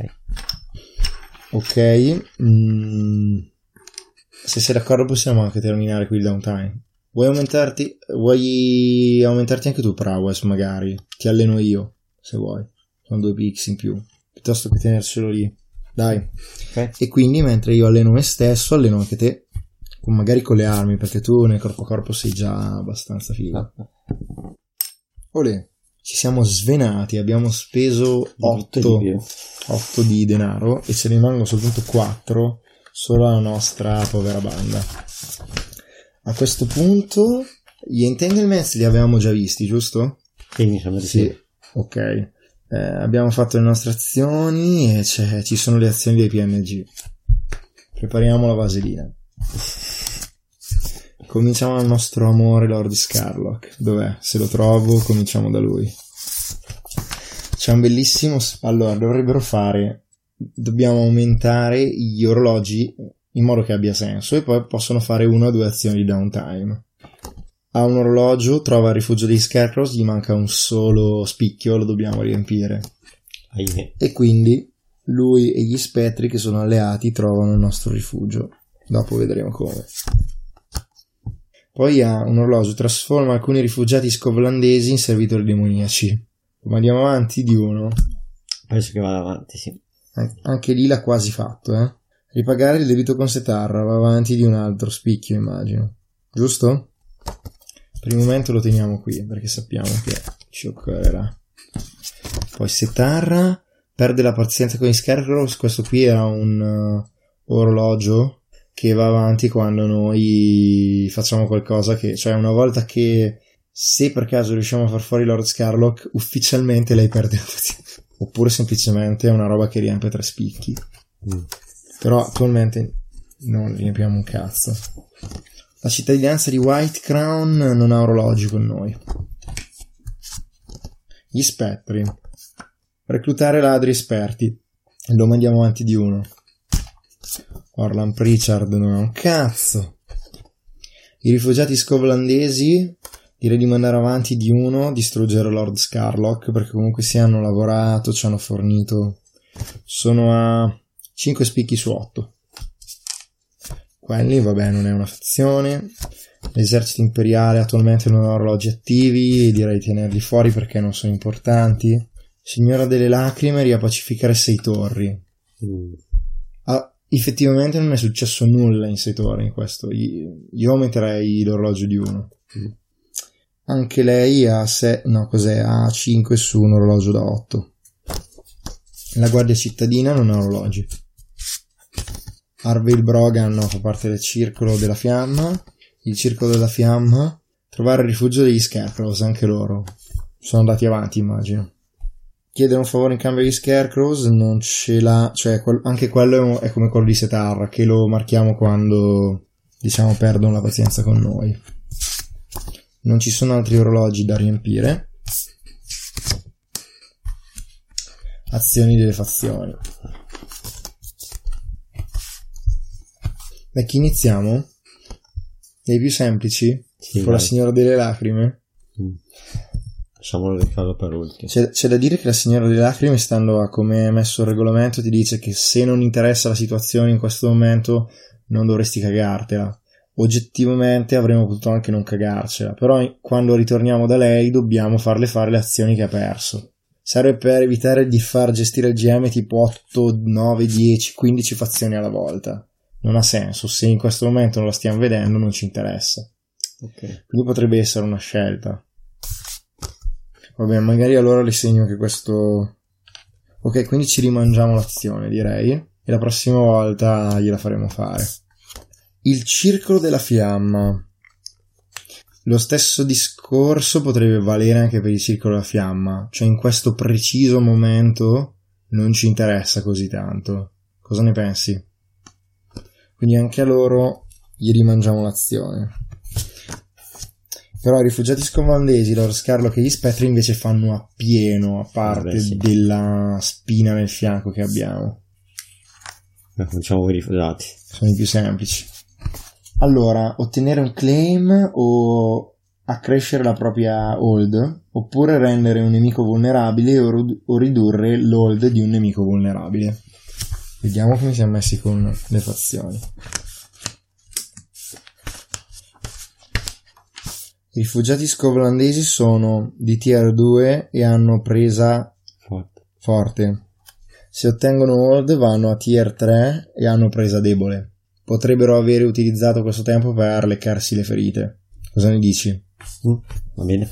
Ok. Mm. Se sei d'accordo possiamo anche terminare qui il downtime. Vuoi aumentarti? Vuoi aumentarti anche tu prowess magari? Ti alleno io, se vuoi. Sono due P X in più, piuttosto che tenercelo lì. Dai. Okay. E quindi mentre io alleno me stesso, alleno anche te. Magari con le armi, perché tu nel corpo a corpo sei già abbastanza figo. Olè, ci siamo svenati, abbiamo speso otto di denaro e ce ne rimangono soltanto quattro solo alla nostra povera banda. A questo punto gli entanglements li avevamo già visti, giusto? Sì, mi sembra di sì. sì. Ok. Eh, abbiamo fatto le nostre azioni e c'è, ci sono le azioni dei P N G. Prepariamo la vaselina. Cominciamo dal nostro amore Lord Scarlock. Dov'è? Se lo trovo cominciamo da lui. C'è un bellissimo... allora dovrebbero fare... dobbiamo aumentare gli orologi in modo che abbia senso e poi possono fare una o due azioni di downtime. ha un orologio, trova il rifugio dei Scarecrows, gli manca un solo spicchio, lo dobbiamo riempire. Ahimè. E quindi lui e gli spettri che sono alleati trovano il nostro rifugio. Dopo vedremo come. Poi ha un orologio, trasforma alcuni rifugiati scovlandesi in servitori demoniaci. Ma andiamo avanti di uno. Penso che vada avanti, sì. Anche lì l'ha quasi fatto, eh. Ripagare il debito con Setarra, va avanti di un altro spicchio, immagino. Giusto? Per il momento lo teniamo qui, perché sappiamo che ci occorrerà. Poi Setarra perde la pazienza con gli Scarecrows. Questo qui era un uh, orologio che va avanti quando noi facciamo qualcosa che, cioè una volta che, se per caso riusciamo a far fuori Lord Scarlock, ufficialmente lei perde la pazienza. Oppure semplicemente è una roba che riempie tre spicchi. Mm. Però attualmente non riempiamo un cazzo. La cittadinanza di White Crown non ha orologi con noi. Gli spettri. Reclutare ladri esperti. Lo mandiamo avanti di uno. Orlan Pritchard non ha un cazzo. I rifugiati scovlandesi, direi di mandare avanti di uno, distruggere Lord Scarlock, perché comunque si hanno lavorato, ci hanno fornito. Sono a cinque spicchi su otto. Quelli, vabbè, non è una fazione. L'esercito imperiale attualmente non ha orologi attivi, direi di tenerli fuori perché non sono importanti. Signora delle lacrime, riappacificare sei torri. Mm. Ah, effettivamente non è successo nulla in sei torri in questo. Io, io aumenterei l'orologio di uno. Mm. Anche lei ha se, no, cos'è? Ha cinque su un orologio da otto. La guardia cittadina non ha orologi. Arvale Brogan no, fa parte del circolo della fiamma. Il circolo della fiamma. Trovare il rifugio degli Scarecrows, anche loro sono andati avanti, immagino. Chiedere un favore in cambio agli Scarecrows non ce l'ha, cioè quel, anche quello è come quello di Setarra, che lo marchiamo quando, diciamo, perdono la pazienza con noi. Non ci sono altri orologi da riempire. Azioni delle fazioni. Da chi iniziamo? Dei più semplici? Sì, con vai. La signora delle lacrime? Mm. Lasciamolo Riccardo per ultimo. C'è, c'è da dire che la signora delle lacrime, stando a come è messo il regolamento, ti dice che se non interessa la situazione in questo momento non dovresti cagartela. Oggettivamente avremmo potuto anche non cagarcela, però quando ritorniamo da lei dobbiamo farle fare le azioni che ha perso. Serve per evitare di far gestire il G M tipo otto, nove, dieci, quindici fazioni alla volta. Non ha senso, se in questo momento non la stiamo vedendo non ci interessa. Okay. Quindi potrebbe essere una scelta. Vabbè, magari allora le segno che questo... Ok, quindi ci rimangiamo l'azione, direi, e la prossima volta gliela faremo fare. Il circolo della fiamma. Lo stesso discorso potrebbe valere anche per il circolo della fiamma, cioè in questo preciso momento non ci interessa così tanto. Cosa ne pensi? Quindi anche a loro gli rimangiamo l'azione. Però i rifugiati scovlandesi, Lord Scarlock e gli spettri invece fanno a pieno, a parte Vabbè, sì. della spina nel fianco che abbiamo. Ma facciamo i rifugiati. Sono i più semplici. Allora, ottenere un claim o accrescere la propria hold, oppure rendere un nemico vulnerabile o, ru- o ridurre l'hold di un nemico vulnerabile. Vediamo come siamo messi con le fazioni. I rifugiati scovlandesi sono di tier due e hanno presa forte. forte. Se ottengono hold vanno a tier tre e hanno presa debole. Potrebbero avere utilizzato questo tempo per leccarsi le ferite. Cosa ne dici? Mm, va bene.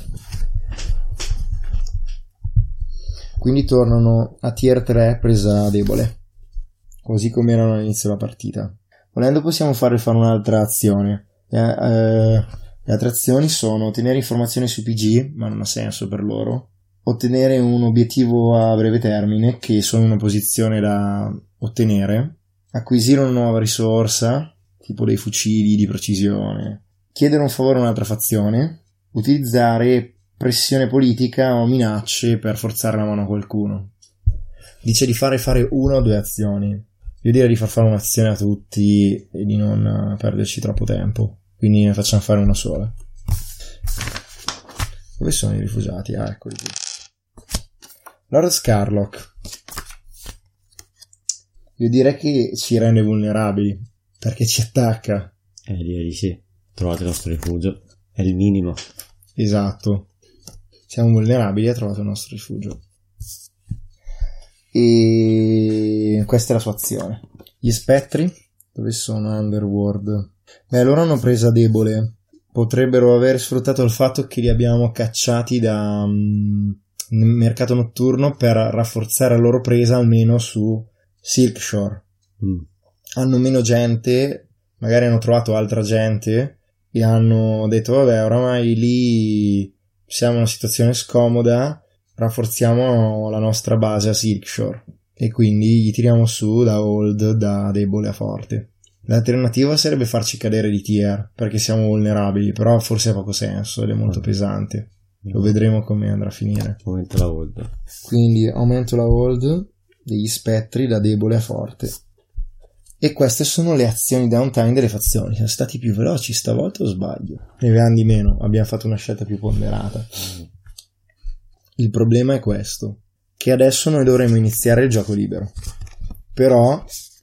Quindi tornano a tier tre presa debole, così come erano all'inizio della partita. Volendo possiamo farle fare un'altra azione. Eh, eh, le altre azioni sono ottenere informazioni sui P G, ma non ha senso per loro. Ottenere un obiettivo a breve termine, che sono in una posizione da ottenere. Acquisire una nuova risorsa, tipo dei fucili di precisione. Chiedere un favore a un'altra fazione. Utilizzare pressione politica o minacce per forzare la mano a qualcuno. Dice di fare fare una o due azioni. Io direi di far fare un'azione a tutti e di non perderci troppo tempo. Quindi ne facciamo fare una sola. Dove sono i rifugiati? Ah, eccoli qui. Lord Scarlock. Io direi che ci rende vulnerabili, perché ci attacca. Eh, direi di sì. Trovate il nostro rifugio. È il minimo. Esatto. Siamo vulnerabili, ha trovato il nostro rifugio. E questa è la sua azione. Gli spettri? Dove sono Underworld? Beh, loro hanno presa debole. Potrebbero aver sfruttato il fatto che li abbiamo cacciati da um, mercato notturno per rafforzare la loro presa almeno su Silkshore. Mm. Hanno meno gente, magari hanno trovato altra gente e hanno detto vabbè, oramai lì siamo in una situazione scomoda, rafforziamo la nostra base a Silkshore e quindi gli tiriamo su da old, da debole a forte. L'alternativa sarebbe farci cadere di tier perché siamo vulnerabili, però forse ha poco senso ed è molto pesante. Lo vedremo come andrà a finire. Aumento la hold. Quindi aumento la hold degli spettri da debole a forte. E queste sono le azioni downtime delle fazioni. Siamo stati più veloci stavolta o sbaglio? Ne avevamo di meno, abbiamo fatto una scelta più ponderata. Il problema è questo, che adesso noi dovremmo iniziare il gioco libero. Però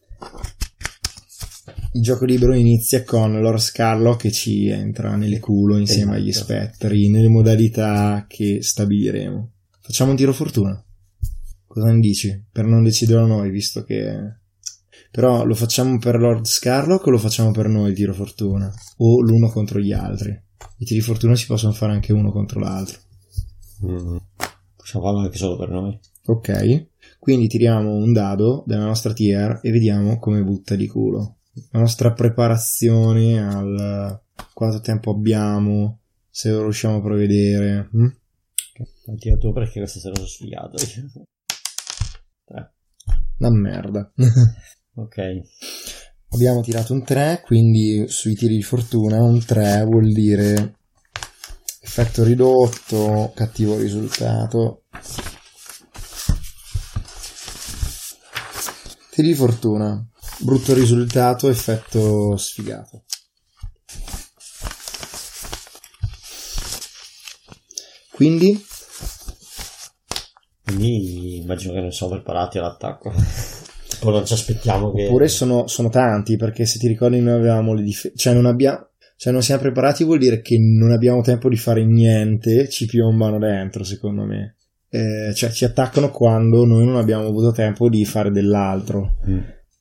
il gioco libero inizia con Lord Scarlock che ci entra nelle culo insieme agli spettri nelle modalità che stabiliremo. Facciamo un tiro fortuna. Cosa ne dici? Per non decidere noi, visto che... Però lo facciamo per Lord Scarlock o lo facciamo per noi il tiro fortuna? O l'uno contro gli altri? I tiri fortuna si possono fare anche uno contro l'altro. Mm. Possiamo farlo anche solo per noi. Ok, quindi tiriamo un dado della nostra tier e vediamo come butta di culo. La nostra preparazione al quanto tempo abbiamo, se lo riusciamo a prevedere. Hm? Okay. Tira tu perché questa sera sono sfigato. Tre. Una merda. Ok. Abbiamo tirato un tre, quindi sui tiri di fortuna un tre vuol dire effetto ridotto, cattivo risultato. Tiri di fortuna, brutto risultato, effetto sfigato. Quindi Quindi immagino che non siamo preparati all'attacco. O non ci aspettiamo che... Oppure sono, sono tanti, perché se ti ricordi noi avevamo le difese, cioè non abbiamo, cioè non siamo preparati, vuol dire che non abbiamo tempo di fare niente, ci piombano dentro secondo me. Eh, cioè ci attaccano quando noi non abbiamo avuto tempo di fare dell'altro. Mm.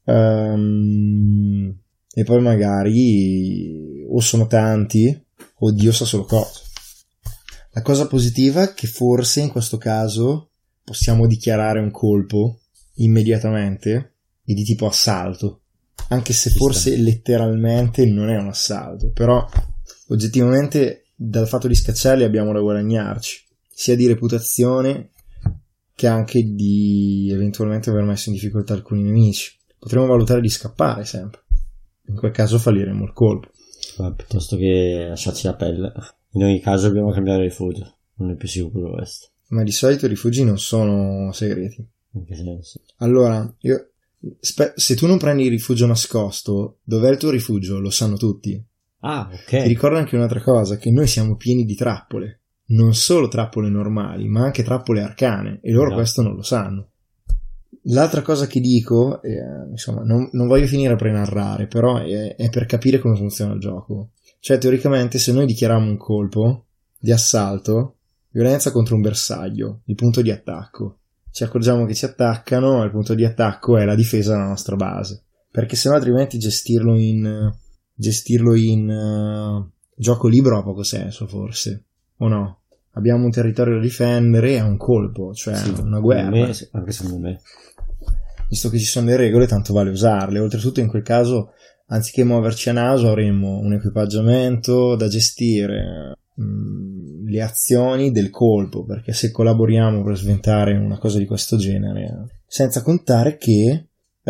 Um, e poi magari o sono tanti o Dio sa solo cosa. La cosa positiva è che forse in questo caso possiamo dichiarare un colpo immediatamente e di tipo assalto, anche se forse letteralmente non è un assalto, però oggettivamente dal fatto di scacciarli abbiamo da guadagnarci, sia di reputazione che anche di eventualmente aver messo in difficoltà alcuni nemici. Potremmo valutare di scappare sempre, in quel caso falliremo il colpo. Ma piuttosto che lasciarci la pelle, in ogni caso dobbiamo cambiare rifugio, non è più sicuro questo. Ma di solito i rifugi non sono segreti. In che senso? Allora, io, spe- se tu non prendi il rifugio nascosto, dov'è il tuo rifugio? Lo sanno tutti. Ah, ok. Ti ricordo anche un'altra cosa, che noi siamo pieni di trappole. Non solo trappole normali, ma anche trappole arcane, e loro no. Questo non lo sanno. L'altra cosa che dico, eh, insomma, non, non voglio finire a prenarrare, però è, è per capire come funziona il gioco. Cioè, teoricamente, se noi dichiariamo un colpo di assalto, violenza contro un bersaglio, il punto di attacco, ci accorgiamo che ci attaccano, il punto di attacco è la difesa della nostra base, perché sennò altrimenti gestirlo in gestirlo in uh, gioco libero ha poco senso, forse, o no? Abbiamo un territorio da difendere e è un colpo, cioè sì, una guerra. Me, anche secondo me, visto che ci sono le regole, tanto vale usarle. Oltretutto in quel caso, anziché muoverci a naso, avremmo un equipaggiamento da gestire, mh, le azioni del colpo, perché se collaboriamo per sventare una cosa di questo genere, senza contare che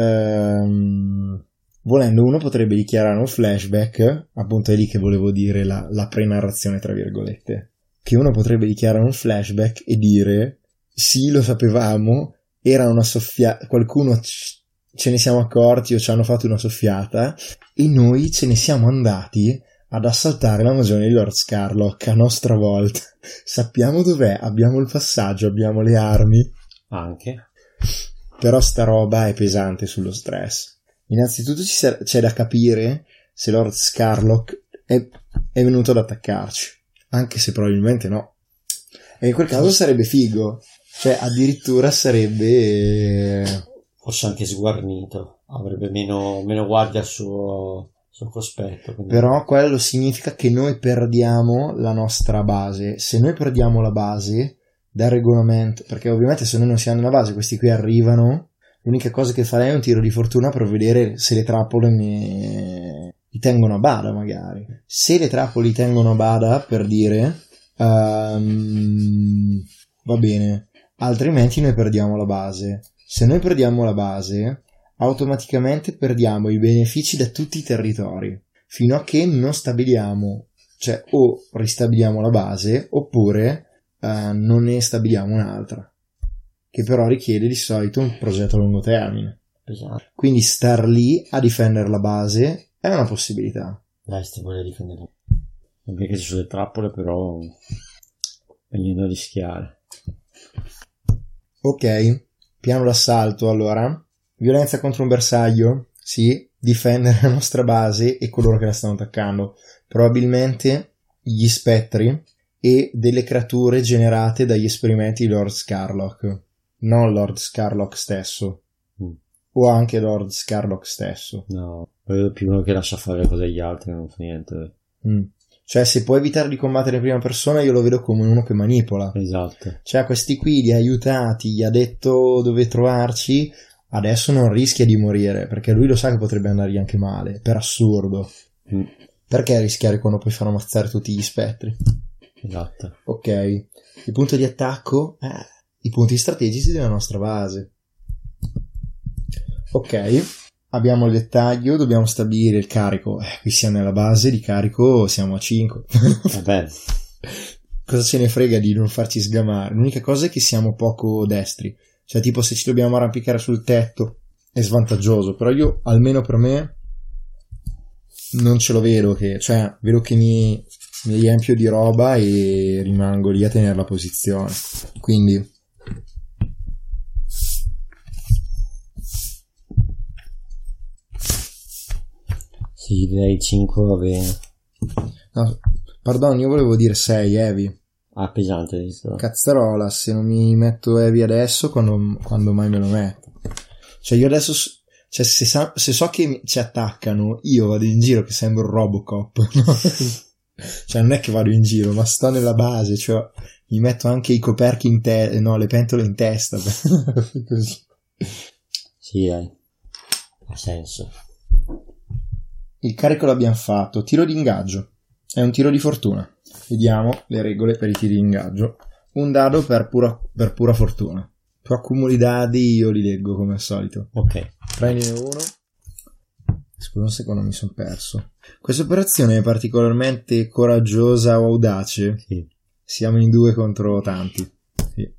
ehm, volendo uno potrebbe dichiarare un flashback, appunto è lì che volevo dire la, la pre-narrazione tra virgolette, che uno potrebbe dichiarare un flashback e dire sì, lo sapevamo, era una soffiata, qualcuno ce ne siamo accorti o ci hanno fatto una soffiata e noi ce ne siamo andati ad assaltare la magione di Lord Scarlock a nostra volta. Sappiamo dov'è, abbiamo il passaggio, abbiamo le armi. Anche. Però sta roba è pesante sullo stress. Innanzitutto ci ser- c'è da capire se Lord Scarlock è, è venuto ad attaccarci, anche se probabilmente no. E in quel caso sarebbe figo, cioè addirittura sarebbe forse anche sguarnito, avrebbe meno, meno guardia al suo, suo cospetto. Quindi... Però quello significa che noi perdiamo la nostra base. Se noi perdiamo la base dal regolamento, perché ovviamente se noi non siamo nella base, questi qui arrivano, l'unica cosa che farei è un tiro di fortuna per vedere se le trappole mi, mi tengono a bada, magari. Se le trappole li tengono a bada, per dire, um, va bene, altrimenti noi perdiamo la base. Se noi perdiamo la base, automaticamente perdiamo i benefici da tutti i territori, fino a che non stabiliamo, cioè o ristabiliamo la base, oppure uh, non ne stabiliamo un'altra, che però richiede di solito un progetto a lungo termine. Esatto. Quindi star lì a difendere la base è una possibilità. Dai, se vuole difendere. Non è che ci sono le trappole, però meglio non rischiare. Ok, piano d'assalto allora. Violenza contro un bersaglio, sì, difendere la nostra base e coloro che la stanno attaccando. Probabilmente gli spettri e delle creature generate dagli esperimenti di Lord Scarlock, non Lord Scarlock stesso, mm. o anche Lord Scarlock stesso. No, vedo più uno che lascia fare le cose agli altri, non fa niente. Mm. Cioè, se può evitare di combattere in prima persona, io lo vedo come uno che manipola. Esatto. Cioè, questi qui li ha aiutati, gli ha detto dove trovarci, adesso non rischia di morire, perché lui lo sa che potrebbe andargli anche male, per assurdo. Mm. Perché rischiare quando puoi far ammazzare tutti gli spettri? Esatto. Ok, il punto di attacco, eh, i punti strategici della nostra base. Ok, abbiamo il dettaglio, dobbiamo stabilire il carico. Eh, qui siamo nella base di carico, siamo a cinque. Vabbè. Cosa ce ne frega di non farci sgamare? L'unica cosa è che siamo poco destri. Cioè, tipo, se ci dobbiamo arrampicare sul tetto è svantaggioso, però io, almeno per me, non ce lo vedo che, cioè, vedo che mi, mi riempio di roba e rimango lì a tenere la posizione. Quindi sì, direi cinque va bene. no, pardon, io volevo dire sei heavy. Ah, pesante, visto. Cazzarola, se non mi metto heavy adesso, quando, quando mai me lo metto? Cioè, io adesso, cioè, se, sa, se so che ci attaccano, io vado in giro che sembro Robocop, no? Cioè, non è che vado in giro, ma sto nella base, cioè, mi metto anche i coperchi in testa, no, le pentole in testa, così. Sì, dai, ha senso. Il carico l'abbiamo fatto, tiro di ingaggio, è un tiro di fortuna. Vediamo le regole per i tiri di ingaggio. Un dado per pura, per pura fortuna. Tu accumuli dadi, io li leggo come al solito. Ok. Prendine uno. Scusa un secondo, mi sono perso. Questa operazione è particolarmente coraggiosa o audace? Sì. Siamo in due contro tanti. Sì.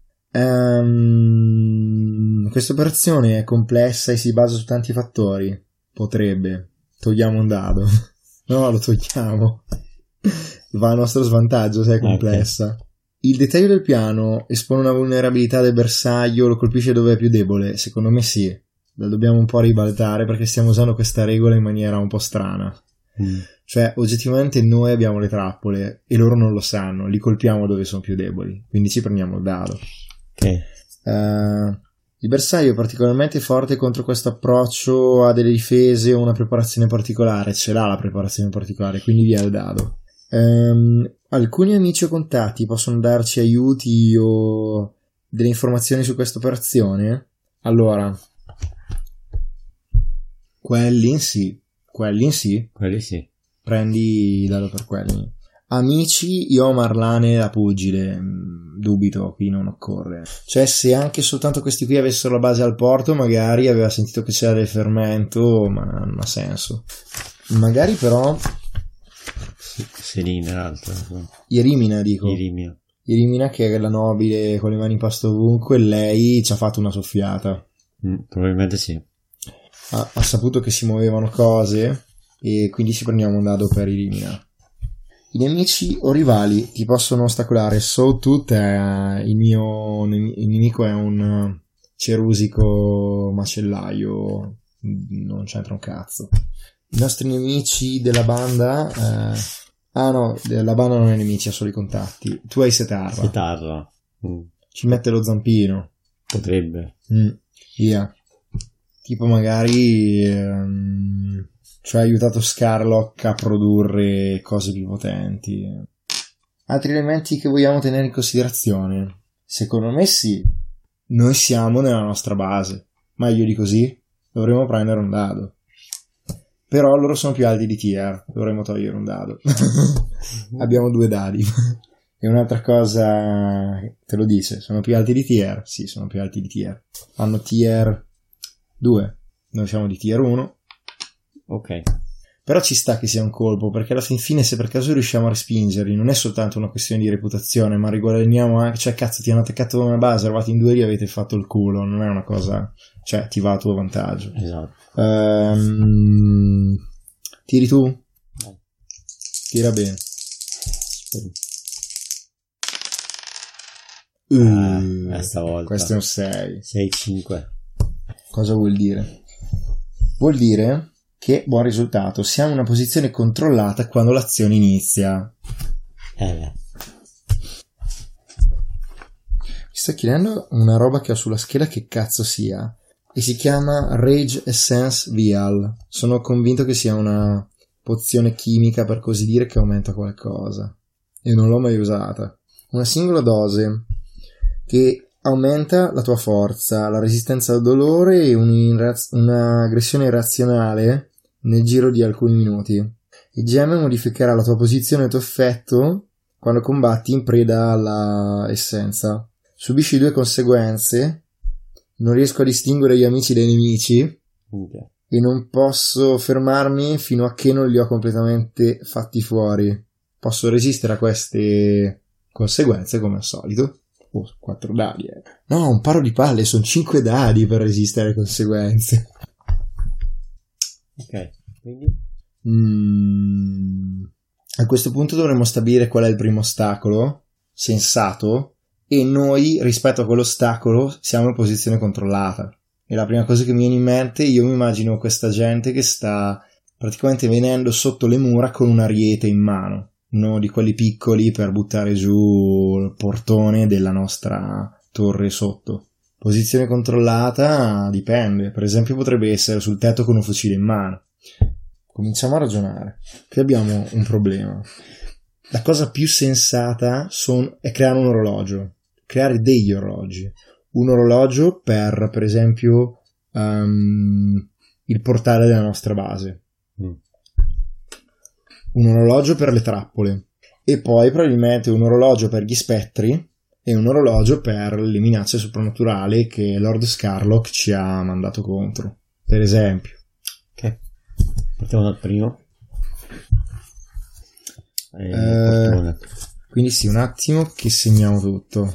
Um, questa operazione è complessa e si basa su tanti fattori. Potrebbe. Togliamo un dado. No, lo togliamo. Va a nostro svantaggio se è complessa. Okay. Il dettaglio del piano espone una vulnerabilità del bersaglio, lo colpisce dove è più debole? Secondo me sì. La dobbiamo un po' ribaltare perché stiamo usando questa regola in maniera un po' strana. Mm. Cioè, oggettivamente noi abbiamo le trappole e loro non lo sanno, li colpiamo dove sono più deboli, quindi ci prendiamo il dado. Okay. Uh, il bersaglio è particolarmente forte contro questo approccio, ha delle difese o una preparazione particolare, ce l'ha la preparazione particolare, quindi via il dado. Um, alcuni amici o contatti possono darci aiuti o delle informazioni su questa operazione? Allora, quelli in sì, quelli in sì, quelli sì. Prendi dado per quelli. Amici, io ho Marlane la pugile, dubito, qui non occorre. Cioè, se anche soltanto questi qui avessero la base al porto, magari aveva sentito che c'era del fermento, ma non ha senso. Magari però Selina l'altra. Irimina, dico. Irimina. Irimina, che è la nobile con le mani in pasto ovunque, lei ci ha fatto una soffiata. Mm, probabilmente sì. Ha, ha saputo che si muovevano cose e quindi ci prendiamo un dado per Irimina. I nemici o rivali ti possono ostacolare. Sawtooth è il mio il nemico, è un cerusico macellaio, non c'entra un cazzo. I nostri nemici della banda, eh... ah no, la banda non è nemici, ha solo i contatti. Tu hai Setarra. Setarra. Mm. Ci mette lo zampino. Potrebbe. Mm. Yeah. Tipo magari ehm, cioè ha aiutato Scarlock a produrre cose più potenti. Altri elementi che vogliamo tenere in considerazione? Secondo me sì, noi siamo nella nostra base, meglio di così dovremmo prendere un dado, però loro sono più alti di tier, dovremmo togliere un dado. Abbiamo due dadi. E un'altra cosa te lo dice, sono più alti di tier? Sì, sono più alti di tier, hanno tier due, noi siamo di tier uno. Ok, però ci sta che sia un colpo, perché alla fin fine se per caso riusciamo a respingerli non è soltanto una questione di reputazione, ma riguadagniamo anche, cioè cazzo ti hanno attaccato da una base, eravate in due lì, avete fatto il culo, non è una cosa, cioè ti va a tuo vantaggio. Esatto. Um, tiri tu? No. Tira bene. Spero. Uh, eh, stavolta questo è un sei. sei cinque. Cosa vuol dire? Vuol dire che buon risultato, siamo in una posizione controllata quando l'azione inizia. Eh beh. Mi sto chiedendo una roba che ho sulla scheda che cazzo sia, e si chiama Rage Essence Vial. Sono convinto che sia una pozione chimica, per così dire, che aumenta qualcosa, e non l'ho mai usata. Una singola dose che aumenta la tua forza, la resistenza al dolore e un'aggressione irrazionale nel giro di alcuni minuti. Il gemme modificherà la tua posizione e il tuo effetto quando combatti in preda alla essenza. Subisci due conseguenze: non riesco a distinguere gli amici dai nemici, okay, e non posso fermarmi fino a che non li ho completamente fatti fuori. Posso resistere a queste conseguenze come al solito. Oh, quattro dadi, eh. No, un paro di palle, sono cinque dadi per resistere alle conseguenze. Ok, quindi? Mm, a questo punto dovremmo stabilire qual è il primo ostacolo sensato, e noi rispetto a quell'ostacolo siamo in posizione controllata. E la prima cosa che mi viene in mente, io mi immagino questa gente che sta praticamente venendo sotto le mura con un ariete in mano, uno di quelli piccoli per buttare giù il portone della nostra torre sotto. Posizione controllata dipende, per esempio potrebbe essere sul tetto con un fucile in mano. Cominciamo a ragionare. Qui abbiamo un problema. La cosa più sensata son, è creare un orologio, creare degli orologi. Un orologio per, per esempio, um, il portale della nostra base. Mm. Un orologio per le trappole, e poi probabilmente un orologio per gli spettri e un orologio per le minacce soprannaturali che Lord Scarlock ci ha mandato contro, per esempio. Ok, partiamo dal primo. Eh, quindi sì, un attimo che segniamo tutto.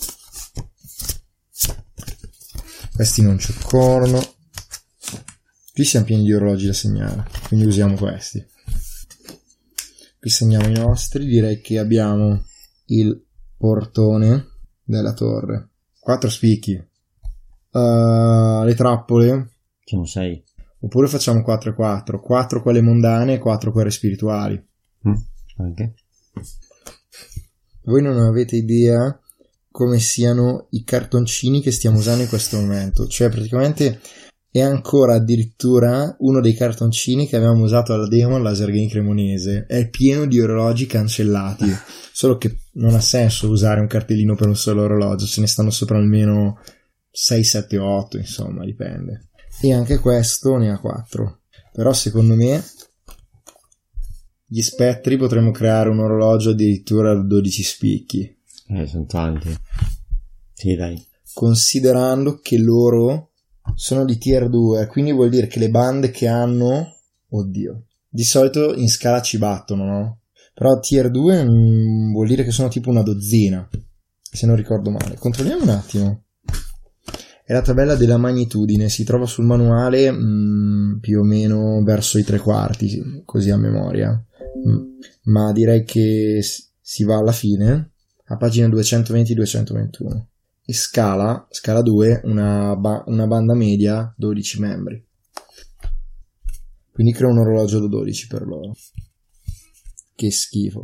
Questi non ci occorrono, qui siamo pieni di orologi da segnare, quindi usiamo questi. Qui segniamo i nostri, direi che abbiamo il portone della torre, quattro spicchi, uh, le trappole, sono sei, oppure facciamo quattro e quattro, quattro quelle mondane e quattro quelle spirituali. Mm, anche. Voi non avete idea come siano i cartoncini che stiamo usando in questo momento, cioè praticamente è ancora addirittura uno dei cartoncini che avevamo usato alla demo al Laser Game Cremonese, è pieno di orologi cancellati, solo che non ha senso usare un cartellino per un solo orologio, ce ne stanno sopra almeno sei, sette, otto, insomma, dipende. E anche questo ne ha quattro, però secondo me gli spettri potremmo creare un orologio addirittura da dodici spicchi. Eh, sono tanti. Sì, dai. Considerando che loro sono di tier due, quindi vuol dire che le bande che hanno, oddio, di solito in scala ci battono, no? Però tier due mh, vuol dire che sono tipo una dozzina, se non ricordo male. Controlliamo un attimo. È la tabella della magnitudine, si trova sul manuale mh, più o meno verso i tre quarti, così a memoria. ma direi che si va alla fine a pagina duecentoventi duecentoventuno e scala scala due una, ba- una banda media dodici membri, quindi crea un orologio da dodici per loro. Che schifo.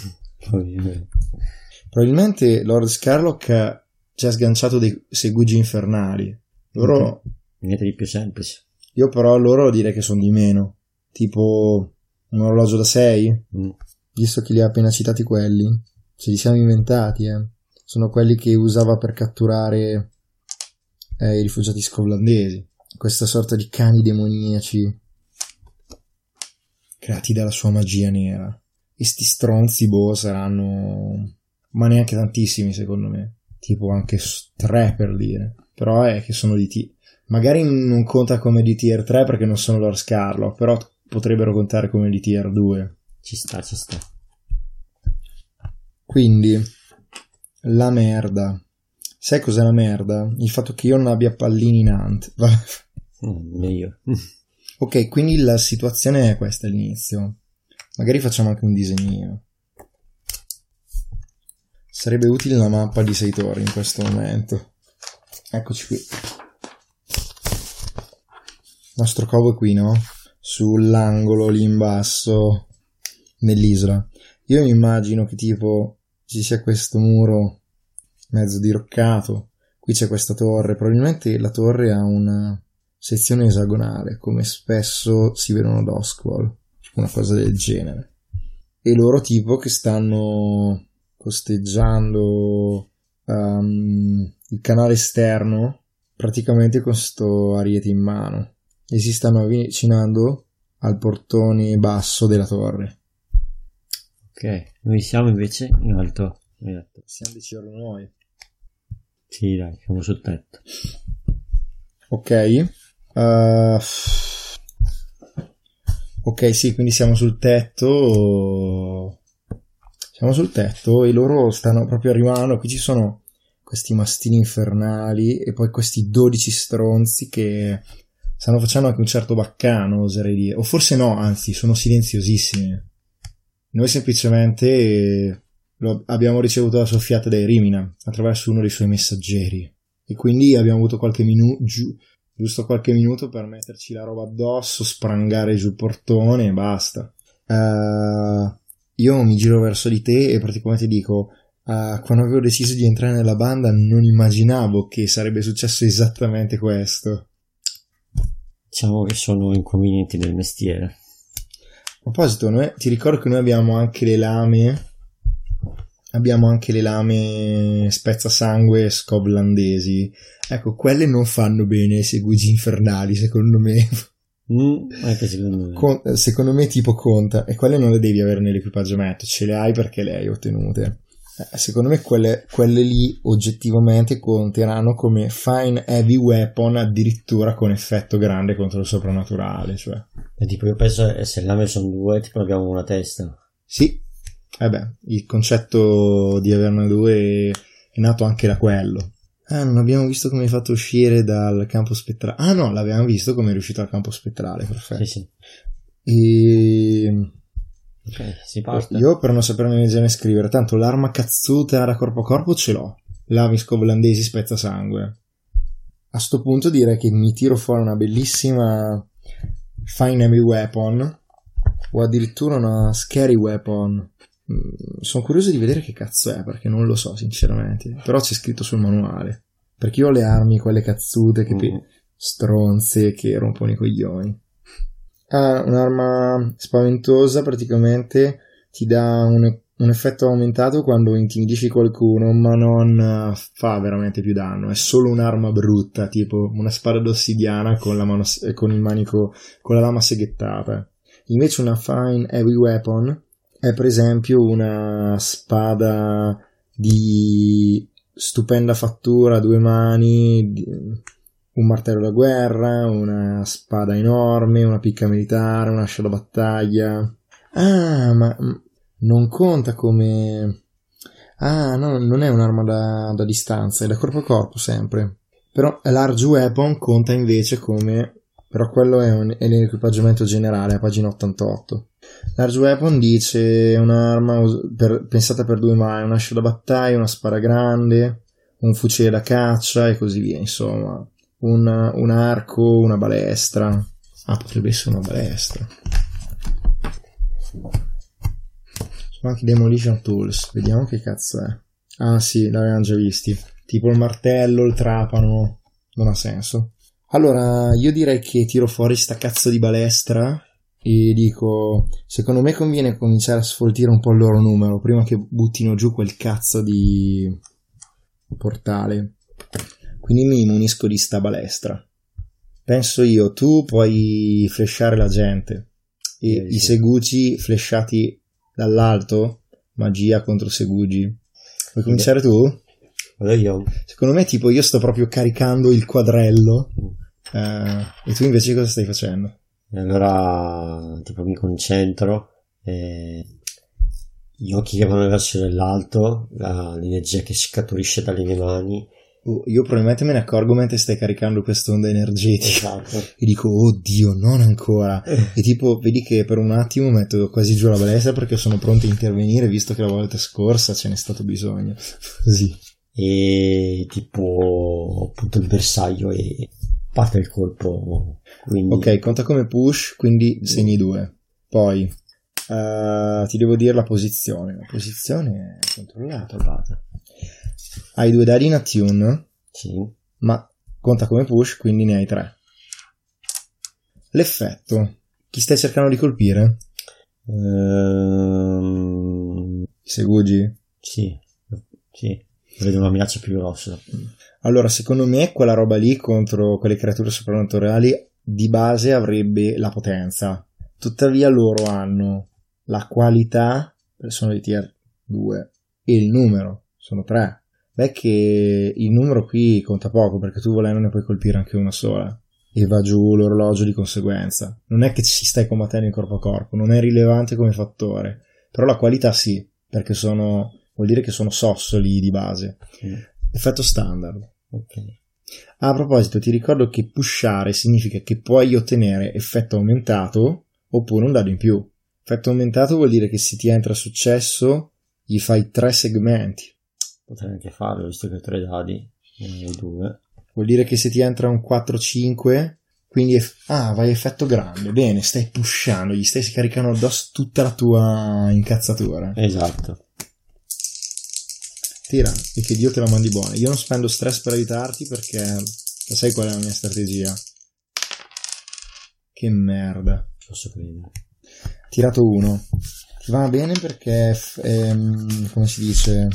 Probabilmente Lord Scarlock ci ha sganciato dei segugi infernali. Loro niente di più semplice. Io però loro direi che sono di meno, tipo un orologio da sei, mm. visto che li ha appena citati quelli, ce li siamo inventati, eh. Sono quelli che usava per catturare eh, i rifugiati scovlandesi, questa sorta di cani demoniaci creati dalla sua magia nera. E sti stronzi, boh, saranno, ma neanche tantissimi secondo me, tipo anche tre per dire, però è che sono di T, magari non conta come di tier tre perché non sono Lord Scarlock, però potrebbero contare come di tier due. Ci sta, ci sta. Quindi la merda, sai cos'è la merda? Il fatto che io non abbia pallini in ant. mm, meglio. Ok, quindi la situazione è questa all'inizio. Magari facciamo anche un disegnino. Sarebbe utile la mappa di Seitori in questo momento. Eccoci qui. Il nostro covo è qui, no? Sull'angolo lì in basso nell'isola. Io mi immagino che tipo ci sia questo muro mezzo diroccato. Qui c'è questa torre. Probabilmente la torre ha una sezione esagonale, come spesso si vedono ad Oskwald, una cosa del genere. E loro tipo che stanno costeggiando um, il canale esterno praticamente con sto ariete in mano e si stanno avvicinando al portone basso della torre. Ok, noi siamo invece in alto. Possiamo deciderlo noi. Sì, dai, siamo sul tetto. Ok. Uh, ok, sì, quindi siamo sul tetto. Siamo sul tetto e loro stanno proprio arrivando. Qui ci sono questi mastini infernali e poi questi dodici stronzi che stanno facendo anche un certo baccano, oserei dire. O forse no, anzi, sono silenziosissimi. Noi semplicemente lo abbiamo ricevuto la soffiata dai Rimina attraverso uno dei suoi messaggeri e quindi abbiamo avuto qualche minuto giu- giusto qualche minuto per metterci la roba addosso, sprangare giù il portone e basta. Uh, io mi giro verso di te e praticamente dico uh, quando avevo deciso di entrare nella banda non immaginavo che sarebbe successo esattamente questo. Diciamo che sono inconvenienti del mestiere. A proposito, noi, ti ricordo che noi abbiamo anche le lame, abbiamo anche le lame spezzasangue scovlandesi. Ecco, quelle non fanno bene ai segugi infernali, secondo me. Mm, anche secondo me. Con, secondo me tipo conta, e quelle non le devi avere nell'equipaggiamento, ce le hai perché le hai ottenute. Eh, secondo me quelle, quelle lì oggettivamente conteranno come fine heavy weapon, addirittura con effetto grande contro il soprannaturale, cioè. E tipo io penso che se le lame sono due tipo abbiamo una testa. Sì, eh beh, il concetto di averne due è nato anche da quello. Ah, non abbiamo visto come hai fatto uscire dal campo spettrale. Ah no, l'abbiamo visto come è riuscito al campo spettrale, perfetto. Sì, sì. E... ok, si parte. Io per non saperne leggere e scrivere, tanto l'arma cazzuta da corpo a corpo ce l'ho. Lavi scovlandesi spezzasangue. A sto punto direi che mi tiro fuori una bellissima fine heavy weapon o addirittura una scary weapon. Mm, sono curioso di vedere che cazzo è perché non lo so sinceramente, però c'è scritto sul manuale, perché io ho le armi quelle cazzute che pe- stronze che rompono i coglioni. Ha un'arma spaventosa, praticamente ti dà un, un effetto aumentato quando intimidisci qualcuno, ma non fa veramente più danno, è solo un'arma brutta, tipo una spada d'ossidiana con la mano, con il manico, con la lama seghettata. Invece una fine heavy weapon è per esempio una spada di stupenda fattura a due mani, un martello da guerra, una spada enorme, una picca militare, un'ascia da battaglia. Ah, ma non conta come... Ah, no, non è un'arma da, da distanza, è da corpo a corpo sempre. Però large weapon conta invece come però quello è, un, è l'equipaggiamento generale a pagina ottantotto. Large Weapon dice un'arma per, pensata per due mani, un ascio da battaglia, una spara grande, un fucile da caccia e così via, insomma un, un arco, una balestra. Ah, potrebbe essere una balestra. Sono anche Demolition Tools, vediamo che cazzo è. Ah sì, l'avevamo già visti, tipo il martello, il trapano, non ha senso. Allora io direi che tiro fuori sta cazzo di balestra e dico, secondo me conviene cominciare a sfoltire un po' il loro numero prima che buttino giù quel cazzo di portale, quindi mi munisco di sta balestra. Penso io, tu puoi flashare la gente e eh, i sì. Segugi flashati dall'alto, magia contro Segugi. Vuoi cominciare tu? Vado io. Secondo me tipo io sto proprio caricando il quadrello eh, e tu invece cosa stai facendo? E allora tipo mi concentro e gli occhi che vanno verso l'alto, la, l'energia che scaturisce dalle mie mani. Uh, io probabilmente me ne accorgo mentre stai caricando quest'onda energetica. Esatto. E dico oddio non ancora e tipo vedi che per un attimo metto quasi giù la balestra perché sono pronto a intervenire visto che la volta scorsa ce n'è stato bisogno. Così. E tipo appunto il bersaglio e parte il colpo, quindi... Ok, conta come push, quindi segni due. Poi uh, ti devo dire la posizione. La posizione è controllata. Trovata. Hai due dadi in attune, sì, ma conta come push, quindi ne hai tre. L'effetto, chi stai cercando di colpire? Ehm... Segugi? Sì, sì, vedo una minaccia più grossa. Allora, secondo me quella roba lì contro quelle creature soprannaturali di base avrebbe la potenza. Tuttavia loro hanno la qualità, sono di tier due, e il numero, sono tre. Beh, che il numero qui conta poco perché tu volendo ne puoi colpire anche una sola e va giù l'orologio di conseguenza. Non è che ci stai combattendo in corpo a corpo, non è rilevante come fattore, però la qualità sì, perché sono, vuol dire che sono sossoli di base. Mm. Effetto standard. Ok. A proposito, ti ricordo che pushare significa che puoi ottenere effetto aumentato oppure un dado in più. Effetto aumentato vuol dire che se ti entra successo gli fai tre segmenti. Potrei anche farlo, visto che ho tre dadi, ne ho due. Vuol dire che se ti entra un quattro cinque, quindi eff- ah, vai a effetto grande. Bene, stai pushando, gli stai scaricando addosso tutta la tua incazzatura. Esatto. Tira, e che Dio te la mandi buona. Io non spendo stress per aiutarti perché sai qual è la mia strategia. Che merda. Posso credere. Tirato uno. Ti va bene perché ehm, come si dice...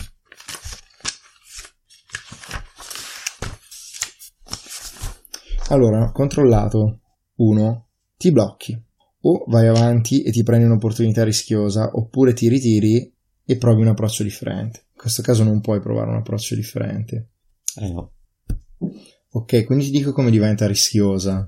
Allora, controllato uno, ti blocchi o vai avanti e ti prendi un'opportunità rischiosa oppure ti ritiri e provi un approccio differente. In questo caso non puoi provare un approccio differente. Eh no. Ok, quindi ti dico come diventa rischiosa.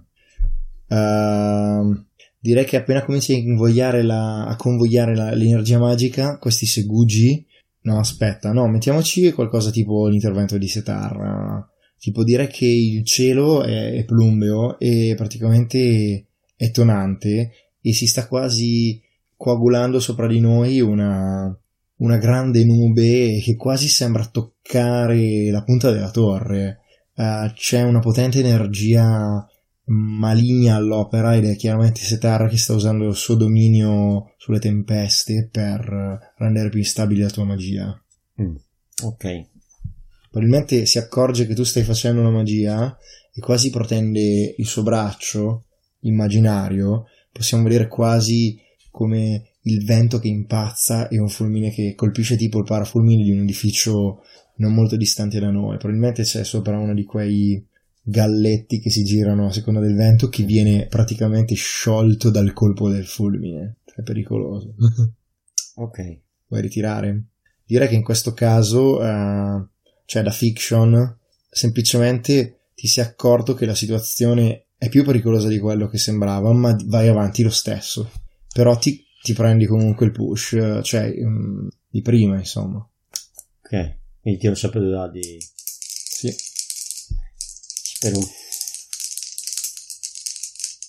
Uh, direi che appena cominci a invogliare la, a convogliare la, l'energia magica, questi segugi... No, aspetta, no, mettiamoci qualcosa tipo l'intervento di Setar. Tipo direi che il cielo è, è plumbeo e praticamente è tonante e si sta quasi coagulando sopra di noi una, una grande nube che quasi sembra toccare la punta della torre. Uh, c'è una potente energia maligna all'opera ed è chiaramente Setar che sta usando il suo dominio sulle tempeste per rendere più instabile la tua magia. Mm, ok. Probabilmente si accorge che tu stai facendo una magia e quasi protende il suo braccio immaginario. Possiamo vedere quasi come il vento che impazza e un fulmine che colpisce tipo il parafulmine di un edificio non molto distante da noi. Probabilmente c'è sopra uno di quei galletti che si girano a seconda del vento che viene praticamente sciolto dal colpo del fulmine. È pericoloso. Ok. Vuoi ritirare? Direi che in questo caso... Uh, cioè da fiction semplicemente ti sei accorto che la situazione è più pericolosa di quello che sembrava, ma vai avanti lo stesso, però ti, ti prendi comunque il push, cioè um, di prima insomma. Ok, quindi tiro sempre due dadi. Sì. Spero.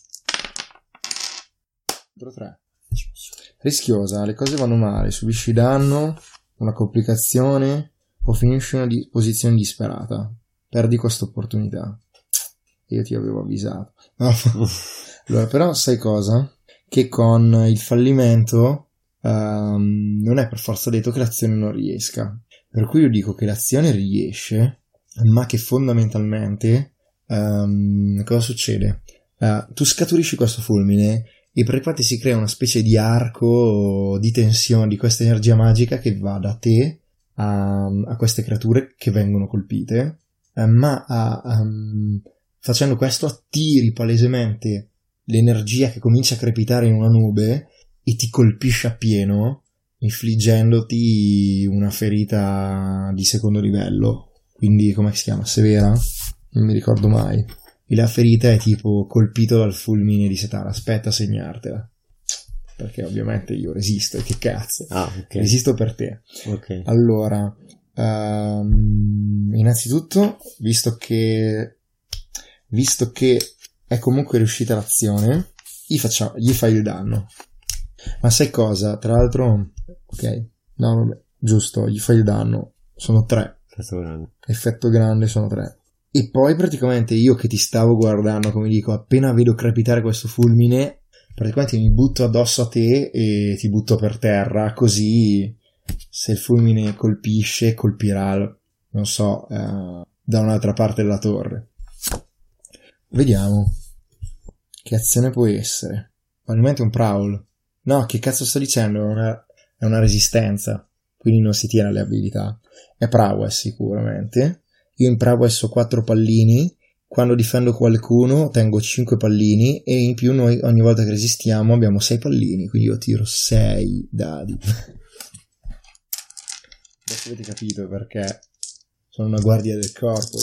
altro tre. Rischiosa, le cose vanno male, subisci danno, una complicazione o finisci in una di- posizione disperata. Perdi questa opportunità. Io ti avevo avvisato. No. Allora, però sai cosa? Che con il fallimento um, non è per forza detto che l'azione non riesca. Per cui io dico che l'azione riesce, ma che fondamentalmente um, cosa succede? Uh, tu scaturisci questo fulmine e praticamente si crea una specie di arco di tensione di questa energia magica che va da te a, a queste creature che vengono colpite, uh, ma a, um, facendo questo attiri palesemente l'energia che comincia a crepitare in una nube e ti colpisce appieno, infliggendoti una ferita di secondo livello, quindi come si chiama? Severa? Non mi ricordo mai. E la ferita è tipo colpito dal fulmine di Setara. Aspetta a segnartela, perché ovviamente io resisto, e che cazzo, ah, okay. Resisto per te. Okay. Allora, um, innanzitutto, visto che visto che è comunque riuscita l'azione, gli, faccia, gli fai il danno. Ma sai cosa? Tra l'altro, ok, no vabbè, giusto, gli fai il danno, sono tre. Effetto grande. Effetto grande, sono tre. E poi praticamente io che ti stavo guardando, come dico, appena vedo crepitare questo fulmine, praticamente mi butto addosso a te e ti butto per terra, così se il fulmine colpisce, colpirà, non so, eh, da un'altra parte della torre. Vediamo. Che azione può essere? Probabilmente un prowl. No, che cazzo sto dicendo? È una, è una resistenza, quindi non si tira le abilità. È prowess sicuramente. Io in prowess ho quattro pallini. Quando difendo qualcuno tengo cinque pallini e in più noi ogni volta che resistiamo abbiamo sei pallini, quindi io tiro sei dadi. Adesso avete capito perché sono una guardia del corpo.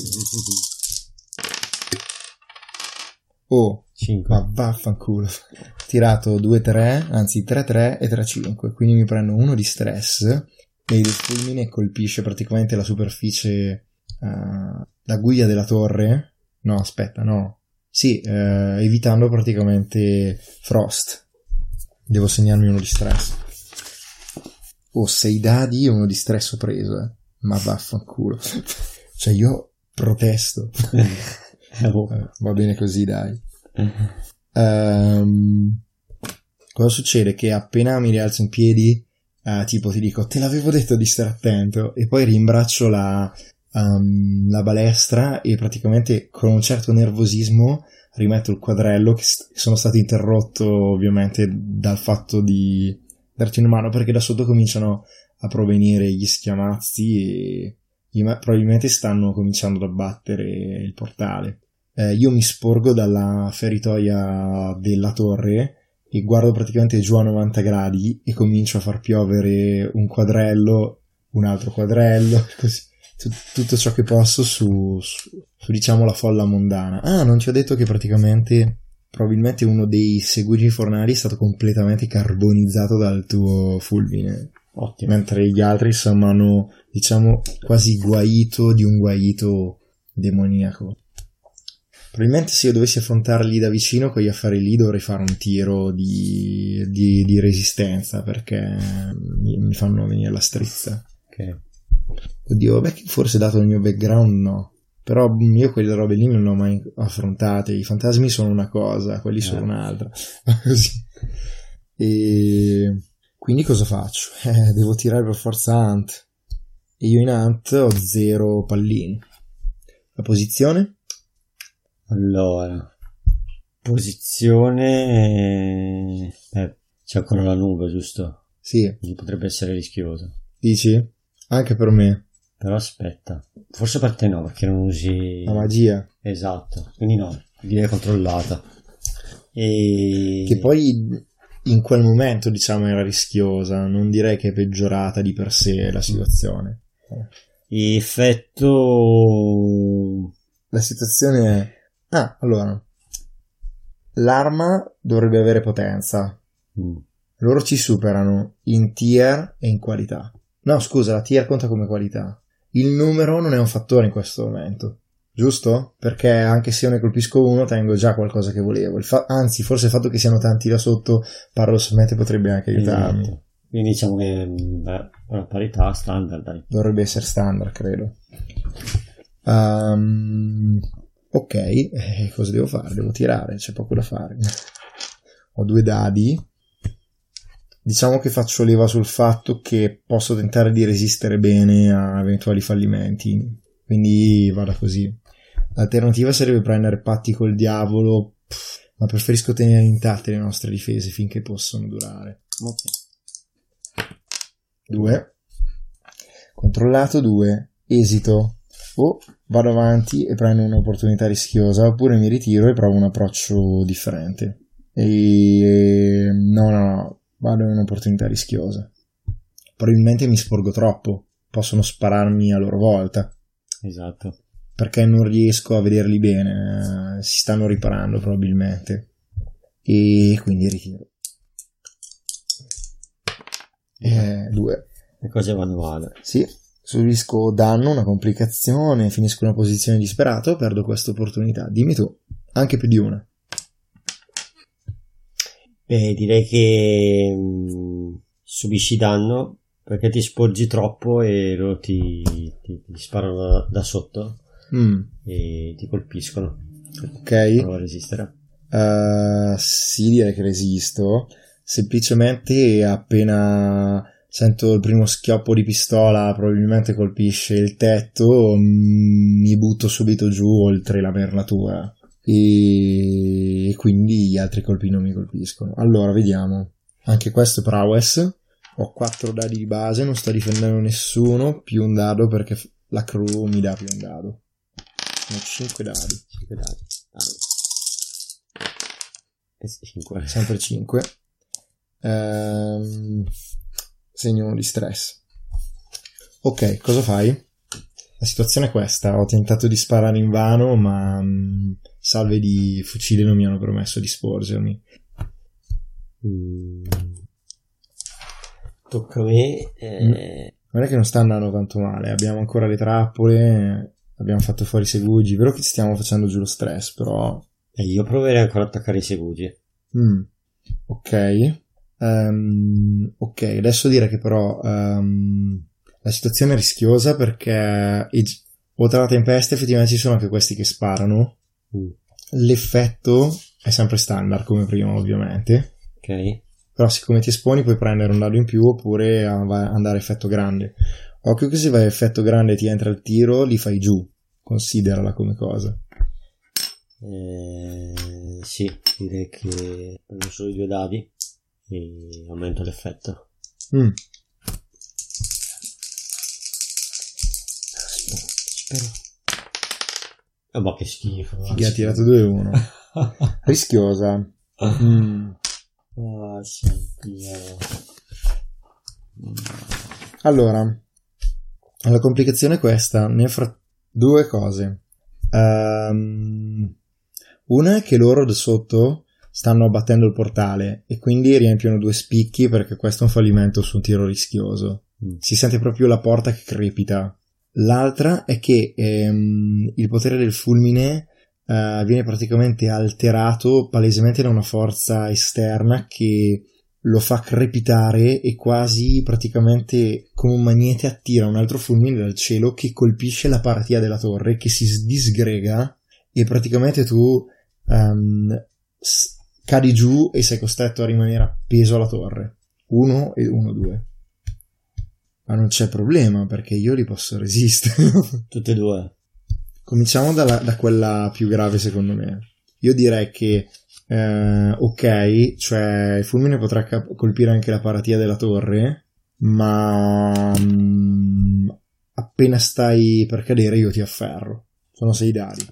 Oh, cinque. Ma vaffanculo. Ho tirato due tre, anzi tre tre e tre cinque, quindi mi prendo uno di stress e il fulmine colpisce praticamente la superficie, uh, la guida della torre. No, aspetta, no. Sì, uh, evitando praticamente Frost. Devo segnarmi uno di stress. Oh, sei dadi e uno di stress ho preso, eh. Ma vaffanculo. Cioè io protesto. Uh, va bene così, dai. Um, cosa succede? Che appena mi rialzo in piedi, uh, tipo ti dico te l'avevo detto di stare attento, e poi rimbraccio la, um, la balestra e praticamente con un certo nervosismo rimetto il quadrello che, st- che sono stato interrotto ovviamente dal fatto di darti una mano, perché da sotto cominciano a provenire gli schiamazzi e probabilmente stanno cominciando ad abbattere il portale. Eh, io mi sporgo dalla feritoia della torre e guardo praticamente giù a novanta gradi e comincio a far piovere un quadrello, un altro quadrello, così, Tut- tutto ciò che posso su, su, su diciamo la folla mondana. Ah, non ti ho detto che praticamente probabilmente uno dei segugi fornali è stato completamente carbonizzato dal tuo fulmine. Ottimo. Mentre gli altri insomma hanno, diciamo, quasi guaito di un guaito demoniaco. Probabilmente se io dovessi affrontarli da vicino con gli affari lì dovrei fare un tiro di, di, di resistenza, perché mi, mi fanno venire la strizza. Ok. Oddio, vabbè, forse dato il mio background no, però io quelle robe lì non le ho mai affrontate. I fantasmi sono una cosa, quelli eh. sono un'altra. Così. E quindi cosa faccio? Eh, devo tirare per forza Ant, e io in Ant ho zero pallini. La posizione? Allora, posizione, eh, c'è ancora la nube, giusto? Sì. Quindi potrebbe essere rischioso. Dici? Anche per me. Però aspetta, forse per te no, perché non usi la magia. Esatto, quindi no, direi controllata. E che poi in quel momento diciamo era rischiosa, non direi che è peggiorata di per sé la situazione. Effetto, la situazione è ah, allora l'arma dovrebbe avere potenza. Mm. Loro ci superano in tier e in qualità. No, scusa, la tier conta come qualità. Il numero non è un fattore in questo momento. giusto? Perché anche se io ne colpisco uno tengo già qualcosa che volevo. Il fa- anzi, forse il fatto che siano tanti là sotto paradossalmente potrebbe anche aiutarmi. Esatto. Quindi diciamo che beh, una parità standard, dai. Dovrebbe essere standard, credo. Um, ok, eh, cosa devo fare? Devo tirare, c'è poco da fare. Ho due dadi. Diciamo che faccio leva sul fatto che posso tentare di resistere bene a eventuali fallimenti, quindi vada così. L'alternativa sarebbe prendere patti col diavolo, pff, ma preferisco tenere intatte le nostre difese finché possono durare. Ok. Due. Controllato, due. Esito. O vado avanti e prendo un'opportunità rischiosa, oppure mi ritiro e provo un approccio differente. E no, no, no, vado in un'opportunità rischiosa. Probabilmente mi sporgo troppo, possono spararmi a loro volta. Esatto. Perché non riesco a vederli bene, si stanno riparando probabilmente. E quindi ritiro. Eh, due. Le cose vanno male. Sì, subisco danno, una complicazione, finisco in una posizione disperata, perdo questa opportunità. Dimmi tu, anche più di una. Beh, direi che mh, subisci danno perché ti sporgi troppo e loro ti, ti, ti sparano da, da sotto Mm. e ti colpiscono. Ok. Prova a resistere. Uh, sì, direi che resisto. Semplicemente appena sento il primo schioppo di pistola, probabilmente colpisce il tetto, mm, mi butto subito giù oltre la merlatura e quindi gli altri colpi non mi colpiscono. Allora, vediamo. Anche questo è prowess. Ho quattro dadi di base, non sto difendendo nessuno, più un dado perché la crew mi dà più un dado. Sono cinque dadi. cinque dadi. Ah. cinque. Sempre cinque. Ehm, segno uno di stress. Ok, cosa fai? La situazione è questa. Ho tentato di sparare invano, ma mh, salve di fucile non mi hanno permesso di sporgermi. Mm. Tocca a me. Eh... Non è che non sta andando tanto male. Abbiamo ancora le trappole, abbiamo fatto fuori i segugi. Vero che stiamo facendo giù lo stress, però... Eh, io proverei ancora a attaccare i segugi. Mm. Ok. Um, ok, adesso direi che però um, la situazione è rischiosa perché i, oltre alla tempesta effettivamente ci sono anche questi che sparano. Mm. L'effetto è sempre standard come prima, ovviamente. Ok. Però siccome ti esponi puoi prendere un dado in più oppure andare a effetto grande. Occhio che se vai a effetto grande e ti entra il tiro, li fai giù. Considerala come cosa. Eh, sì, direi che prendo solo i due dadi e aumento l'effetto. Mm. Spero, spero. Oh, ma che schifo. Che ha tirato due uno. Rischiosa. Mm. Oh, senti, Allora, la complicazione è questa. Ne fra due cose. Um, una è che loro da sotto stanno abbattendo il portale e quindi riempiono due spicchi perché questo è un fallimento su un tiro rischioso. Mm. Si sente proprio la porta che crepita. L'altra è che ehm, il potere del fulmine Uh, viene praticamente alterato palesemente da una forza esterna che lo fa crepitare e quasi praticamente come un magnete attira un altro fulmine dal cielo che colpisce la paratia della torre che si disgrega e praticamente tu um, s- cadi giù e sei costretto a rimanere appeso alla torre. Uno e uno, due. Ma non c'è problema perché io li posso resistere. Tutte e due. Cominciamo dalla, da quella più grave secondo me. Io direi che eh, ok, cioè il fulmine potrà cap- colpire anche la paratia della torre, ma mh, appena stai per cadere io ti afferro. Sono sei dadi.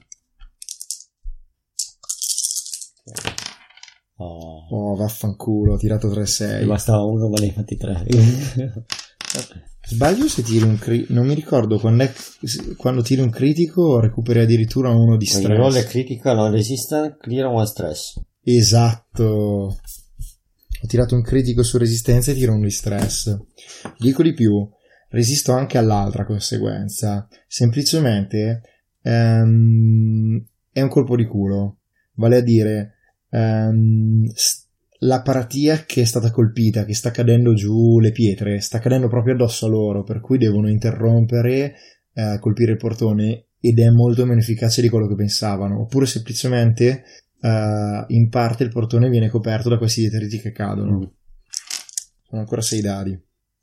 Oh, Oh, vaffanculo, ho tirato tre sei. ne bastava uno ma ne hai fatti tre. Sbaglio se tiri un critico, non mi ricordo quando, è, quando tiri un critico recuperi addirittura uno di stress. Quando roll è critica non resistant, clear one stress. Esatto. Ho tirato un critico su resistenza e tiro uno di stress. Dico di più, resisto anche all'altra conseguenza. Semplicemente ehm, è un colpo di culo, vale a dire ehm, la paratia che è stata colpita, che sta cadendo giù le pietre, sta cadendo proprio addosso a loro, per cui devono interrompere, eh, colpire il portone, ed è molto meno efficace di quello che pensavano. Oppure semplicemente uh, in parte il portone viene coperto da questi detriti che cadono. Mm. Sono ancora sei dadi.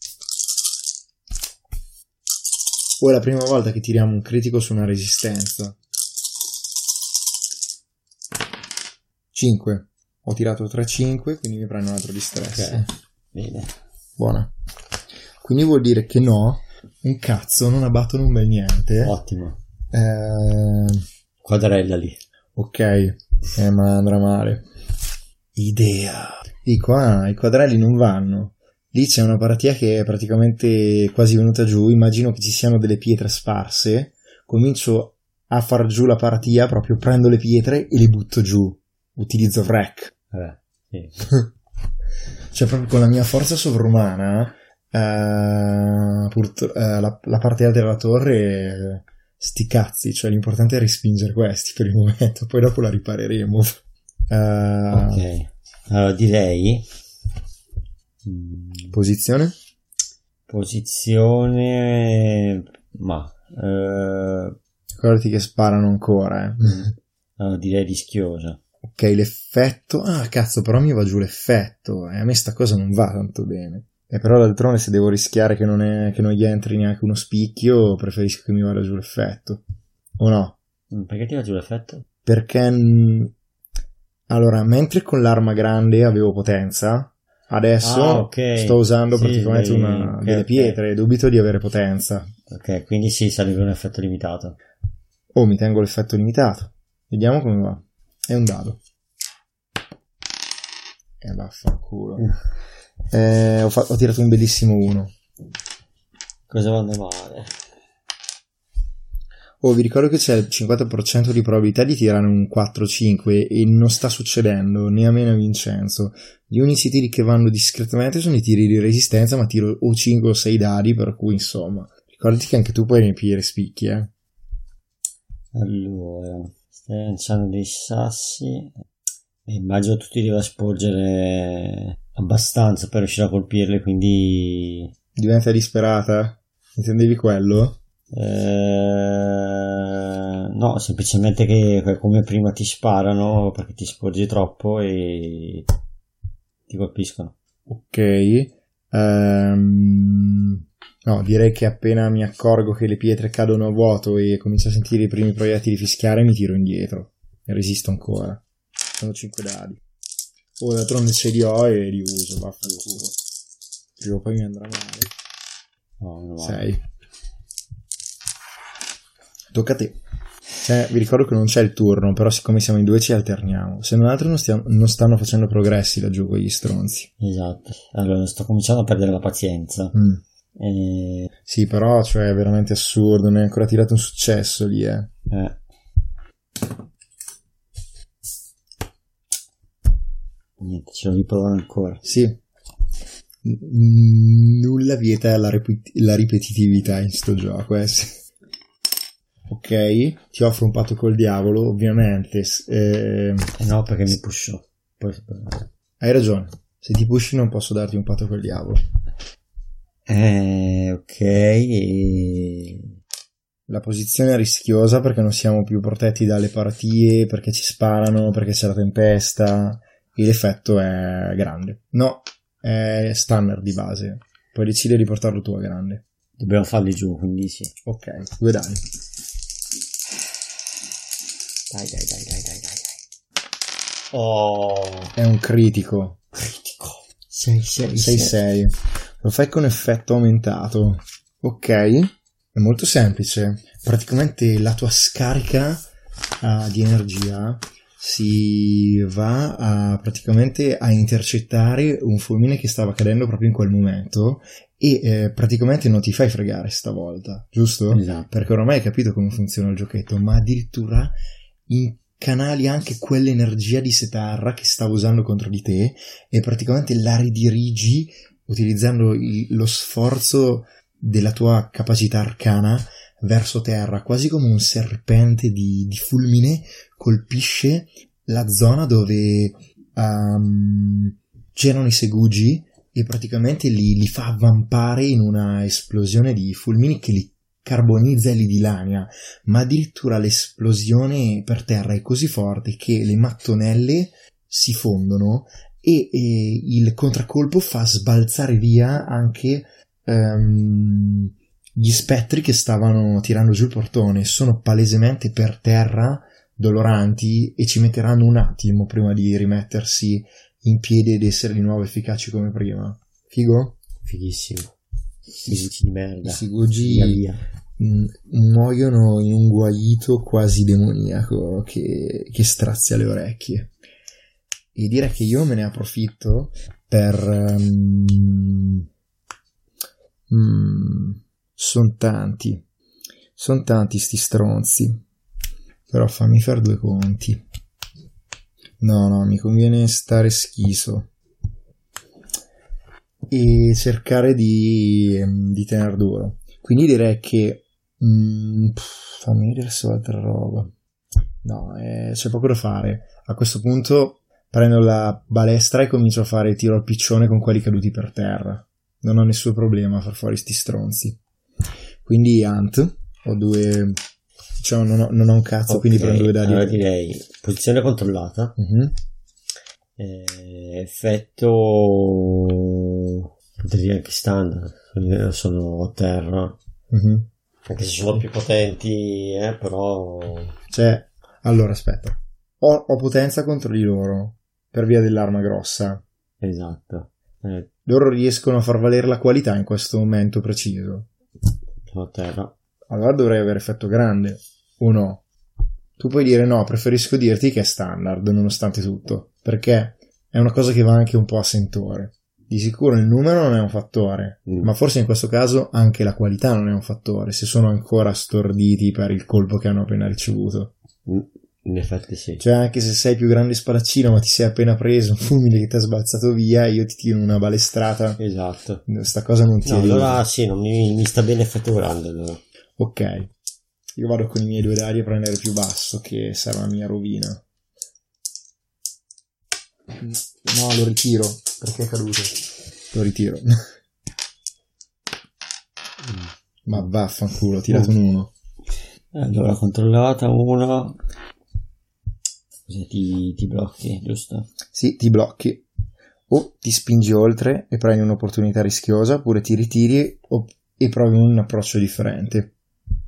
Ora è la prima volta che tiriamo un critico su una resistenza. cinque. Ho tirato tre cinque, quindi mi prendo un altro di stress. Ok, bene. Buona. Quindi vuol dire che no, un cazzo, non abbattono un bel niente. Ottimo. Eh... Quadrella lì. Ok, eh, ma andrà male. Idea. Dico, ah, i quadrelli non vanno. Lì c'è una paratia che è praticamente quasi venuta giù. Immagino che ci siano delle pietre sparse. Comincio a far giù la paratia, proprio prendo le pietre e le butto giù. Utilizzo wreck. Eh, sì. Cioè proprio con la mia forza sovrumana, eh, purt- eh, la, la parte alta della torre... sti cazzi, cioè l'importante è respingere questi per il momento, poi dopo la ripareremo. Uh, ok, allora direi posizione? Posizione, ma uh, ricordati che sparano ancora, eh. Allora, direi rischiosa. Ok, l'effetto, ah cazzo, però mi va giù l'effetto, e eh, a me sta cosa non va tanto bene. E però d'altronde se devo rischiare che non, è, che non gli entri neanche uno spicchio, preferisco che mi vada giù l'effetto. O no? Perché ti va giù l'effetto? Perché mh, allora, mentre con l'arma grande avevo potenza, adesso ah, okay. sto usando sì, praticamente dei, una, okay, delle pietre, okay. Dubito di avere potenza. Ok, quindi sì, sarebbe un effetto limitato. Oh, mi tengo l'effetto limitato. Vediamo come va. È un dado. E eh, vaffanculo. Eh, ho, fa- ho tirato un bellissimo uno. Cosa va andare male? Oh, vi ricordo che c'è il cinquanta per cento di probabilità di tirare un quattro cinque e non sta succedendo né a me né a Vincenzo. Gli unici tiri che vanno discretamente sono i tiri di resistenza, ma tiro o cinque o sei dadi, per cui insomma ricordati che anche tu puoi riempire spicchi, eh. Allora, stai lanciando dei sassi. Immagino tu ti deve sporgere abbastanza per riuscire a colpirle, quindi diventa disperata? Intendevi quello? Eh, no, semplicemente che come prima ti sparano perché ti sporgi troppo e ti colpiscono. Ok, um, no, direi che appena mi accorgo che le pietre cadono a vuoto e comincio a sentire i primi proiettili fischiare, mi tiro indietro e resisto ancora. Sono cinque dadi. Oh, d'altronde ce li ho e li uso, vaffanculo. Prima o poi mi andrà male. No, no, sei. Tocca a te. Cioè, vi ricordo che non c'è il turno, però siccome siamo in due ci alterniamo. Se non altro non, stiamo, non stanno facendo progressi laggiù quegli stronzi. Esatto. Allora, sto cominciando a perdere la pazienza. Mm. E... Sì, però, cioè, è veramente assurdo. Non è ancora tirato un successo lì, eh. Eh. Niente, ce lo riprovano ancora. Sì. N- nulla vieta la, ripet- la ripetitività in sto gioco, eh. Ok, ti offro un patto col diavolo, ovviamente. Eh, eh no, perché mi pusho. Poi... Hai ragione. Se ti pushi non posso darti un patto col diavolo. Eh, ok. E... La posizione è rischiosa perché non siamo più protetti dalle paratie, perché ci sparano, perché c'è la tempesta. E l'effetto è grande. No, è standard di base. Puoi decidere di portarlo tu a grande. Dobbiamo farli giù, quindi sì. Ok, due dadi. Dai, dai, dai, dai, dai, dai. Oh, è un critico. Critico. sei sei sei. Lo fai con effetto aumentato. Ok, è molto semplice. Praticamente la tua scarica uh, di energia si va a praticamente a intercettare un fulmine che stava cadendo proprio in quel momento e eh, praticamente non ti fai fregare stavolta, giusto? Esatto. Perché ormai hai capito come funziona il giochetto, ma addirittura incanali anche quell'energia di Setarra che stava usando contro di te e praticamente la ridirigi utilizzando il, lo sforzo della tua capacità arcana verso terra, quasi come un serpente di, di fulmine, colpisce la zona dove um, c'erano i segugi e praticamente li, li fa avvampare in una esplosione di fulmini che li carbonizza e li dilania, ma addirittura l'esplosione per terra è così forte che le mattonelle si fondono e, e il contraccolpo fa sbalzare via anche um, gli spettri che stavano tirando giù il portone. Sono palesemente per terra, doloranti, e ci metteranno un attimo prima di rimettersi in piedi ed essere di nuovo efficaci come prima. Figo? Fighissimo. Segugi di merda. I segugi via via. muoiono in un guaito quasi demoniaco che, che strazia le orecchie. E direi che io me ne approfitto per um, mm, sono tanti sono tanti sti stronzi, però fammi fare due conti. No no mi conviene stare schiso e cercare di, di tener duro, quindi direi che mm, pff, fammi vedere se ho altra roba. No, eh, c'è poco da fare a questo punto. Prendo la balestra e comincio a fare tiro al piccione con quelli caduti per terra. Non ho nessun problema a far fuori sti stronzi. Quindi Ant, ho due, cioè non ho, non ho un cazzo, okay, quindi prendo due dadi. Allora direi posizione controllata, uh-huh. eh, effetto potrei dire anche standard, sono a terra, uh-huh. anche se sono più potenti, eh, però cioè allora aspetta, ho, ho potenza contro di loro per via dell'arma grossa, esatto, eh. Loro riescono a far valere la qualità in questo momento preciso. Sono a terra, allora dovrei avere effetto grande o no? Tu puoi dire no, preferisco dirti che è standard nonostante tutto, perché è una cosa che va anche un po' a sentore. Di sicuro il numero non è un fattore, mm. ma forse in questo caso anche la qualità non è un fattore, se sono ancora storditi per il colpo che hanno appena ricevuto. Mm. In effetti sì. Cioè anche se sei più grande spadaccino ma ti sei appena preso un fulmine che ti ha sbalzato via, io ti tiro una balestrata. Esatto. Sta cosa non ti no, aiuta. Allora sì, non mi, mi sta bene effetto grande allora. Ok. Io vado con i miei due dadi a prendere più basso, che sarà la mia rovina. No, lo ritiro, perché è caduto. Lo ritiro. Ma vaffanculo, ho tirato un uno. Allora, controllata una. Così ti, ti blocchi, giusto? Sì, ti blocchi. O ti spingi oltre e prendi un'opportunità rischiosa, oppure ti ritiri o, e provi un approccio differente.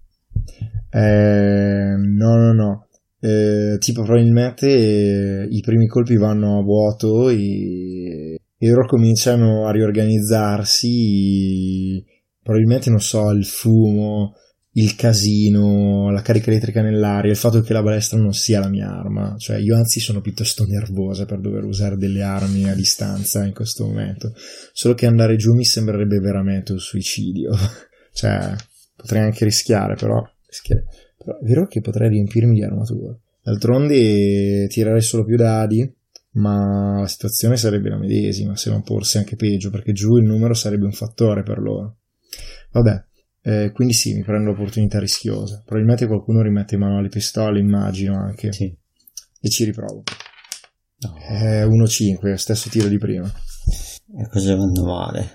Eh, no, no, no. Eh, tipo probabilmente eh, i primi colpi vanno a vuoto e, e loro cominciano a riorganizzarsi. Probabilmente, non so, il fumo, il casino, la carica elettrica nell'aria, il fatto che la balestra non sia la mia arma. Cioè io anzi sono piuttosto nervosa per dover usare delle armi a distanza in questo momento, solo che andare giù mi sembrerebbe veramente un suicidio. Cioè potrei anche rischiare, però, rischiare. Però è vero che potrei riempirmi di armatura, d'altronde tirare solo più dadi, ma la situazione sarebbe la medesima, se non forse anche peggio, perché giù il numero sarebbe un fattore per loro. Vabbè. Eh, quindi sì, mi prendo l'opportunità rischiosa. Probabilmente qualcuno rimette in mano alle pistole, immagino anche. Sì. E ci riprovo. No. Eh, uno cinque, stesso tiro di prima. Le cose vanno male.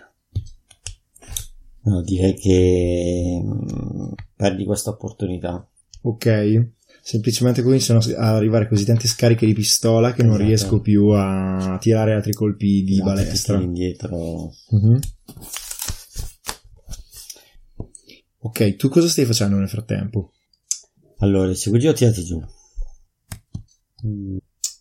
No, direi che mh, perdi questa opportunità. Ok. Semplicemente cominciano ad arrivare così tante scariche di pistola che esatto. non riesco più a tirare altri colpi di esatto, balestra. Indietro. Mm-hmm. Ok, tu cosa stai facendo nel frattempo? Allora, se io tirati giù. Mm.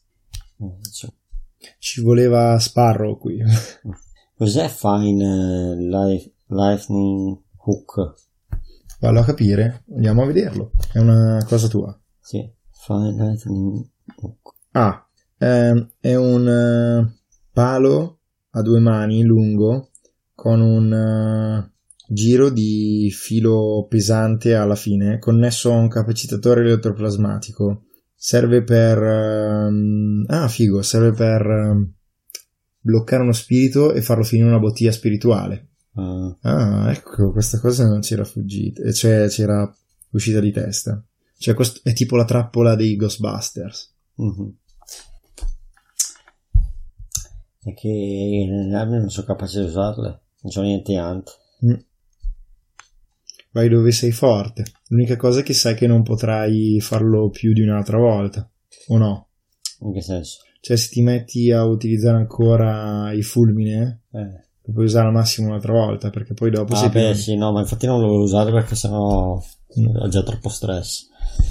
Ci voleva Sparrow qui. Cos'è Fine Life, Lightning Hook? Vallo a capire, andiamo a vederlo. È una cosa tua. Sì, Fine Lightning Hook. Ah, ehm, è un uh, palo a due mani lungo con un... Uh, giro di filo pesante alla fine, connesso a un capacitatore elettroplasmatico. Serve per um, ah figo, serve per um, bloccare uno spirito e farlo finire in una bottiglia spirituale. Uh. Ah, ecco, questa cosa non c'era fuggita, cioè c'era uscita di testa. Cioè questo è tipo la trappola dei Ghostbusters. Mm-hmm. È che le armi non sono capace di usarle, non c'ho niente anti. Mm. Vai dove sei forte. L'unica cosa è che sai che non potrai farlo più di un'altra volta, o no? In che senso? Cioè se ti metti a utilizzare ancora il fulmine, Eh. lo puoi usare al massimo un'altra volta, perché poi dopo ah, sei beh, più... sì, no, ma infatti non lo volevo usare perché sennò Mm. ho già troppo stress.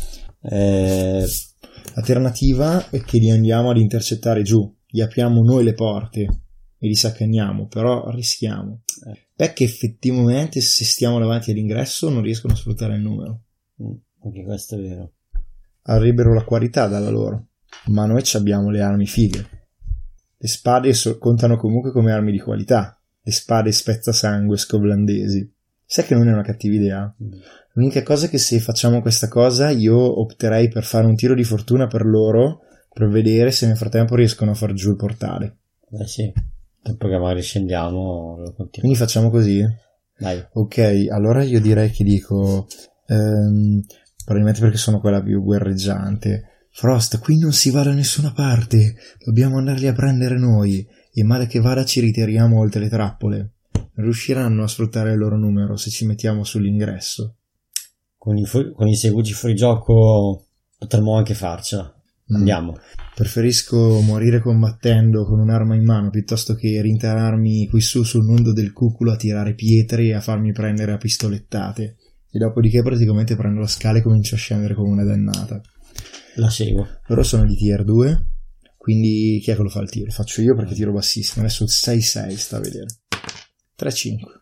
Eh... L'alternativa è che li andiamo ad intercettare giù, gli apriamo noi le porte e li saccanniamo, però rischiamo. Eh. Perché effettivamente se stiamo davanti all'ingresso non riescono a sfruttare il numero. Mm, anche questo è vero. Avrebbero la qualità dalla loro, ma noi ci abbiamo le armi fighe. Le spade so- contano comunque come armi di qualità, le spade spezzasangue scoblandesi. Sai che non è una cattiva idea? Mm. L'unica cosa è che se facciamo questa cosa io opterei per fare un tiro di fortuna per loro, per vedere se nel frattempo riescono a far giù il portale. Beh sì, dopo che magari scendiamo lo continuiamo. Quindi facciamo così? Dai. Ok, allora io direi che dico ehm, probabilmente perché sono quella più guerreggiante. Frost, qui non si va da nessuna parte, dobbiamo andarli a prendere noi e male che vada ci ritiriamo oltre le trappole. Non riusciranno a sfruttare il loro numero se ci mettiamo sull'ingresso. Con i, fu- con i segugi fuori gioco potremmo anche farcela. Andiamo. Mm. Preferisco morire combattendo con un'arma in mano piuttosto che rintanarmi qui su sul mondo del cuculo a tirare pietre e a farmi prendere a pistolettate. E dopodiché praticamente prendo la scala e comincio a scendere come una dannata. La seguo. Loro sono di tier due, quindi chi è che lo fa il tiro? Lo faccio io perché tiro bassissimo. Adesso sei sei sta a vedere. tre cinque.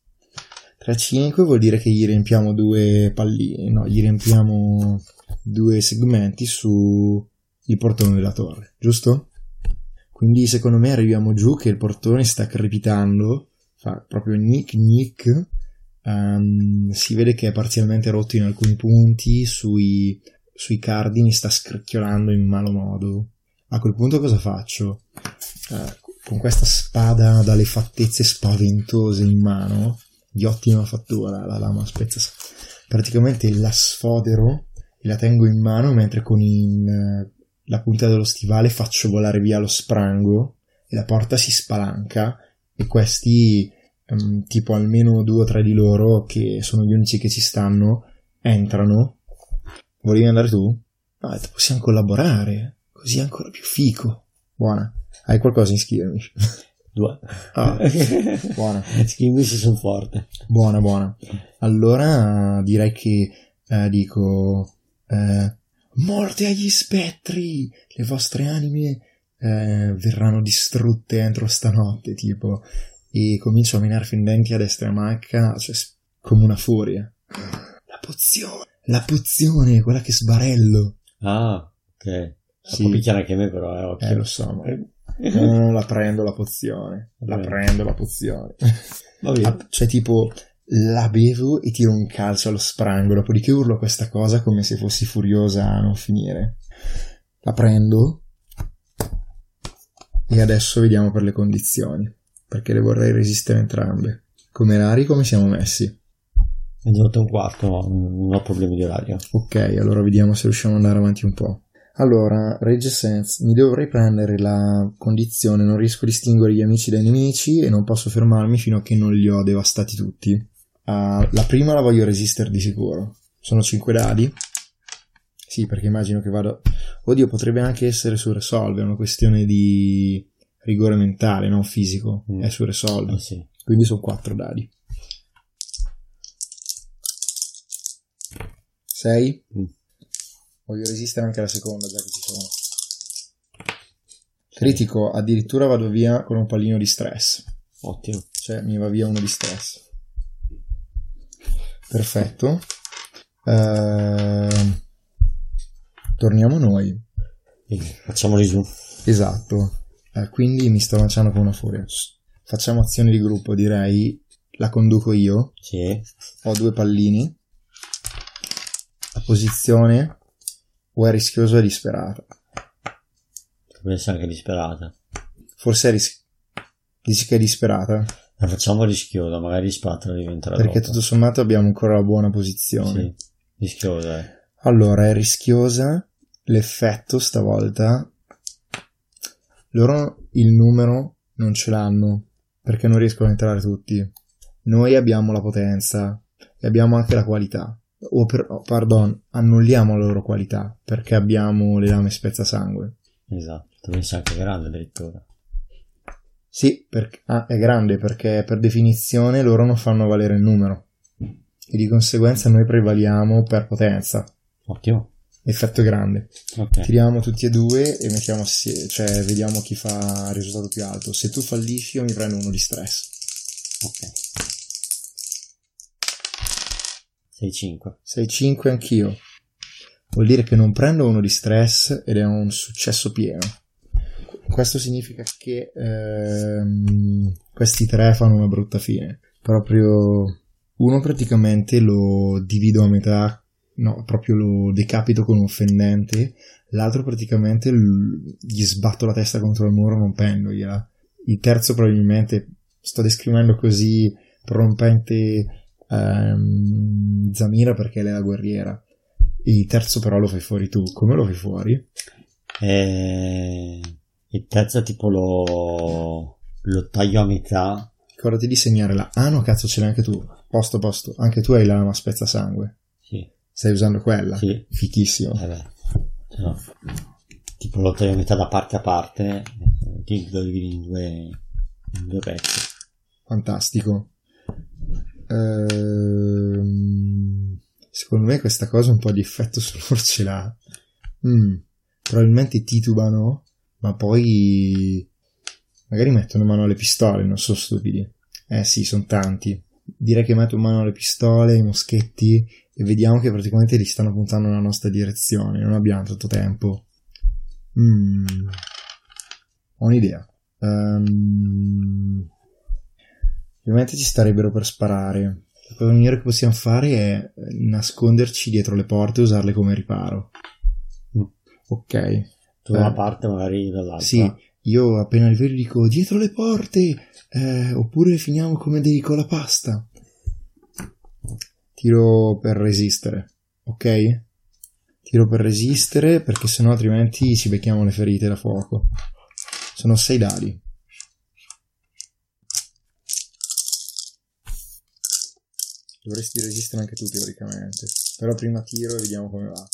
tre cinque vuol dire che gli riempiamo due pallini, no, gli riempiamo due segmenti su il portone della torre, giusto? Quindi secondo me arriviamo giù che il portone sta crepitando, fa proprio gnic gnic, um, si vede che è parzialmente rotto in alcuni punti, sui, sui cardini sta scricchiolando in malo modo. A quel punto cosa faccio? Uh, con questa spada dalle fattezze spaventose in mano, di ottima fattura, la lama spezza, praticamente la sfodero e la tengo in mano mentre con in, uh, la punta dello stivale faccio volare via lo sprango e la porta si spalanca e questi um, tipo almeno due o tre di loro, che sono gli unici che ci stanno, entrano. Volevi andare tu? No, possiamo collaborare, così è ancora più fico. Buona. Hai qualcosa in Skirmish? Due. Ah, buona. Skirmish sono forte. Buona, buona. Allora direi che eh, dico eh, morte agli spettri, le vostre anime eh, verranno distrutte entro stanotte, tipo, e comincio a menare fendenti a destra e a manca, cioè come una furia. La pozione, la pozione, quella che sbarello. Ah, ok. Sì. Può picchiare anche me però, eh, occhio. Eh, lo so, ma no, non la prendo la pozione, la Vabbè. prendo la pozione. Va bene. Ah, cioè tipo la bevo e tiro un calcio allo sprango, dopodiché urlo questa cosa come se fossi furiosa a non finire. La prendo e adesso vediamo per le condizioni, perché le vorrei resistere entrambe. Come rari, come siamo messi? Mezzanotte e un quarto, no, non ho problemi di orario. Ok, allora vediamo se riusciamo ad andare avanti un po'. Allora, Rage Sense, mi dovrei prendere la condizione non riesco a distinguere gli amici dai nemici e non posso fermarmi fino a che non li ho devastati tutti. Uh, la prima la voglio resistere di sicuro. Sono cinque dadi. Sì, perché immagino che vado... Oddio, potrebbe anche essere su Resolve, è una questione di rigore mentale, non fisico. Mm. È su Resolve. Eh sì. Quindi sono quattro dadi. sei. Mm. Voglio resistere anche alla seconda, già che ci sono. Critico, addirittura vado via con un pallino di stress. Ottimo. Cioè, mi va via uno di stress. Perfetto. Ehm... Torniamo noi. Quindi, facciamoli giù. Esatto. Eh, quindi mi sto lanciando con una furia. Facciamo azione di gruppo, direi. La conduco io. Sì. Ho due pallini. La posizione o è rischiosa o è disperata? Potrebbe essere anche disperata. Forse è ris- dici che è disperata? La facciamo rischiosa, magari disperata diventerà Perché dopo. tutto sommato abbiamo ancora la buona posizione. Sì. Rischiosa, eh. Allora, è rischiosa. L'effetto stavolta, loro il numero non ce l'hanno perché non riescono a entrare tutti. Noi abbiamo la potenza e abbiamo anche la qualità. O per, oh, pardon, annulliamo la loro qualità perché abbiamo le lame spezzasangue. Esatto, tu pensi anche grande addirittura. Sì, perché, ah, è grande perché per definizione loro non fanno valere il numero e di conseguenza noi prevaliamo per potenza. Ottimo. Effetto grande. Okay. Tiriamo tutti e due e mettiamo assieme, cioè vediamo chi fa il risultato più alto. Se tu fallisci io mi prendo uno di stress. Ok. sei cinque. sei cinque anch'io. Vuol dire che non prendo uno di stress ed è un successo pieno. Questo significa che ehm, questi tre fanno una brutta fine. Proprio uno praticamente lo divido a metà. No, proprio lo decapito con un fendente. L'altro praticamente l- gli sbatto la testa contro il muro rompendogliela. Il terzo probabilmente, sto descrivendo così prorompente ehm, Zamira perché lei è la guerriera. Il terzo però lo fai fuori tu. Come lo fai fuori? Eh, il terzo tipo lo, lo taglio a metà. Ricordati di segnare la... Ah no, cazzo, ce l'hai anche tu. Posto, posto. Anche tu hai la lama spezzasangue. Sì. Stai usando quella? Sì. Fichissimo. Eh beh. No. Tipo lo taglio a metà da parte a parte, ti lo dividi in due, in due pezzi. Fantastico. Ehm, secondo me questa cosa un po' di effetto sull'or ce l'ha. Mm, probabilmente titubano, ma poi magari mettono in mano alle pistole, non sono stupidi. Eh sì, sono tanti. Direi che metto in mano le pistole, i moschetti e vediamo che praticamente li stanno puntando nella nostra direzione. Non abbiamo tanto tempo. Mm. Ho un'idea. Um, ovviamente ci starebbero per sparare. La cosa migliore che possiamo fare è nasconderci dietro le porte e usarle come riparo. Mm. Ok. Tu da una Eh, parte, magari dall'altra. Sì, io appena li vedo dico dietro le porte, eh, oppure finiamo come dei colapasta. Tiro per resistere, ok? Tiro per resistere perché sennò altrimenti ci becchiamo le ferite da fuoco. Sono sei dadi. Dovresti resistere anche tu teoricamente. Però prima tiro e vediamo come va.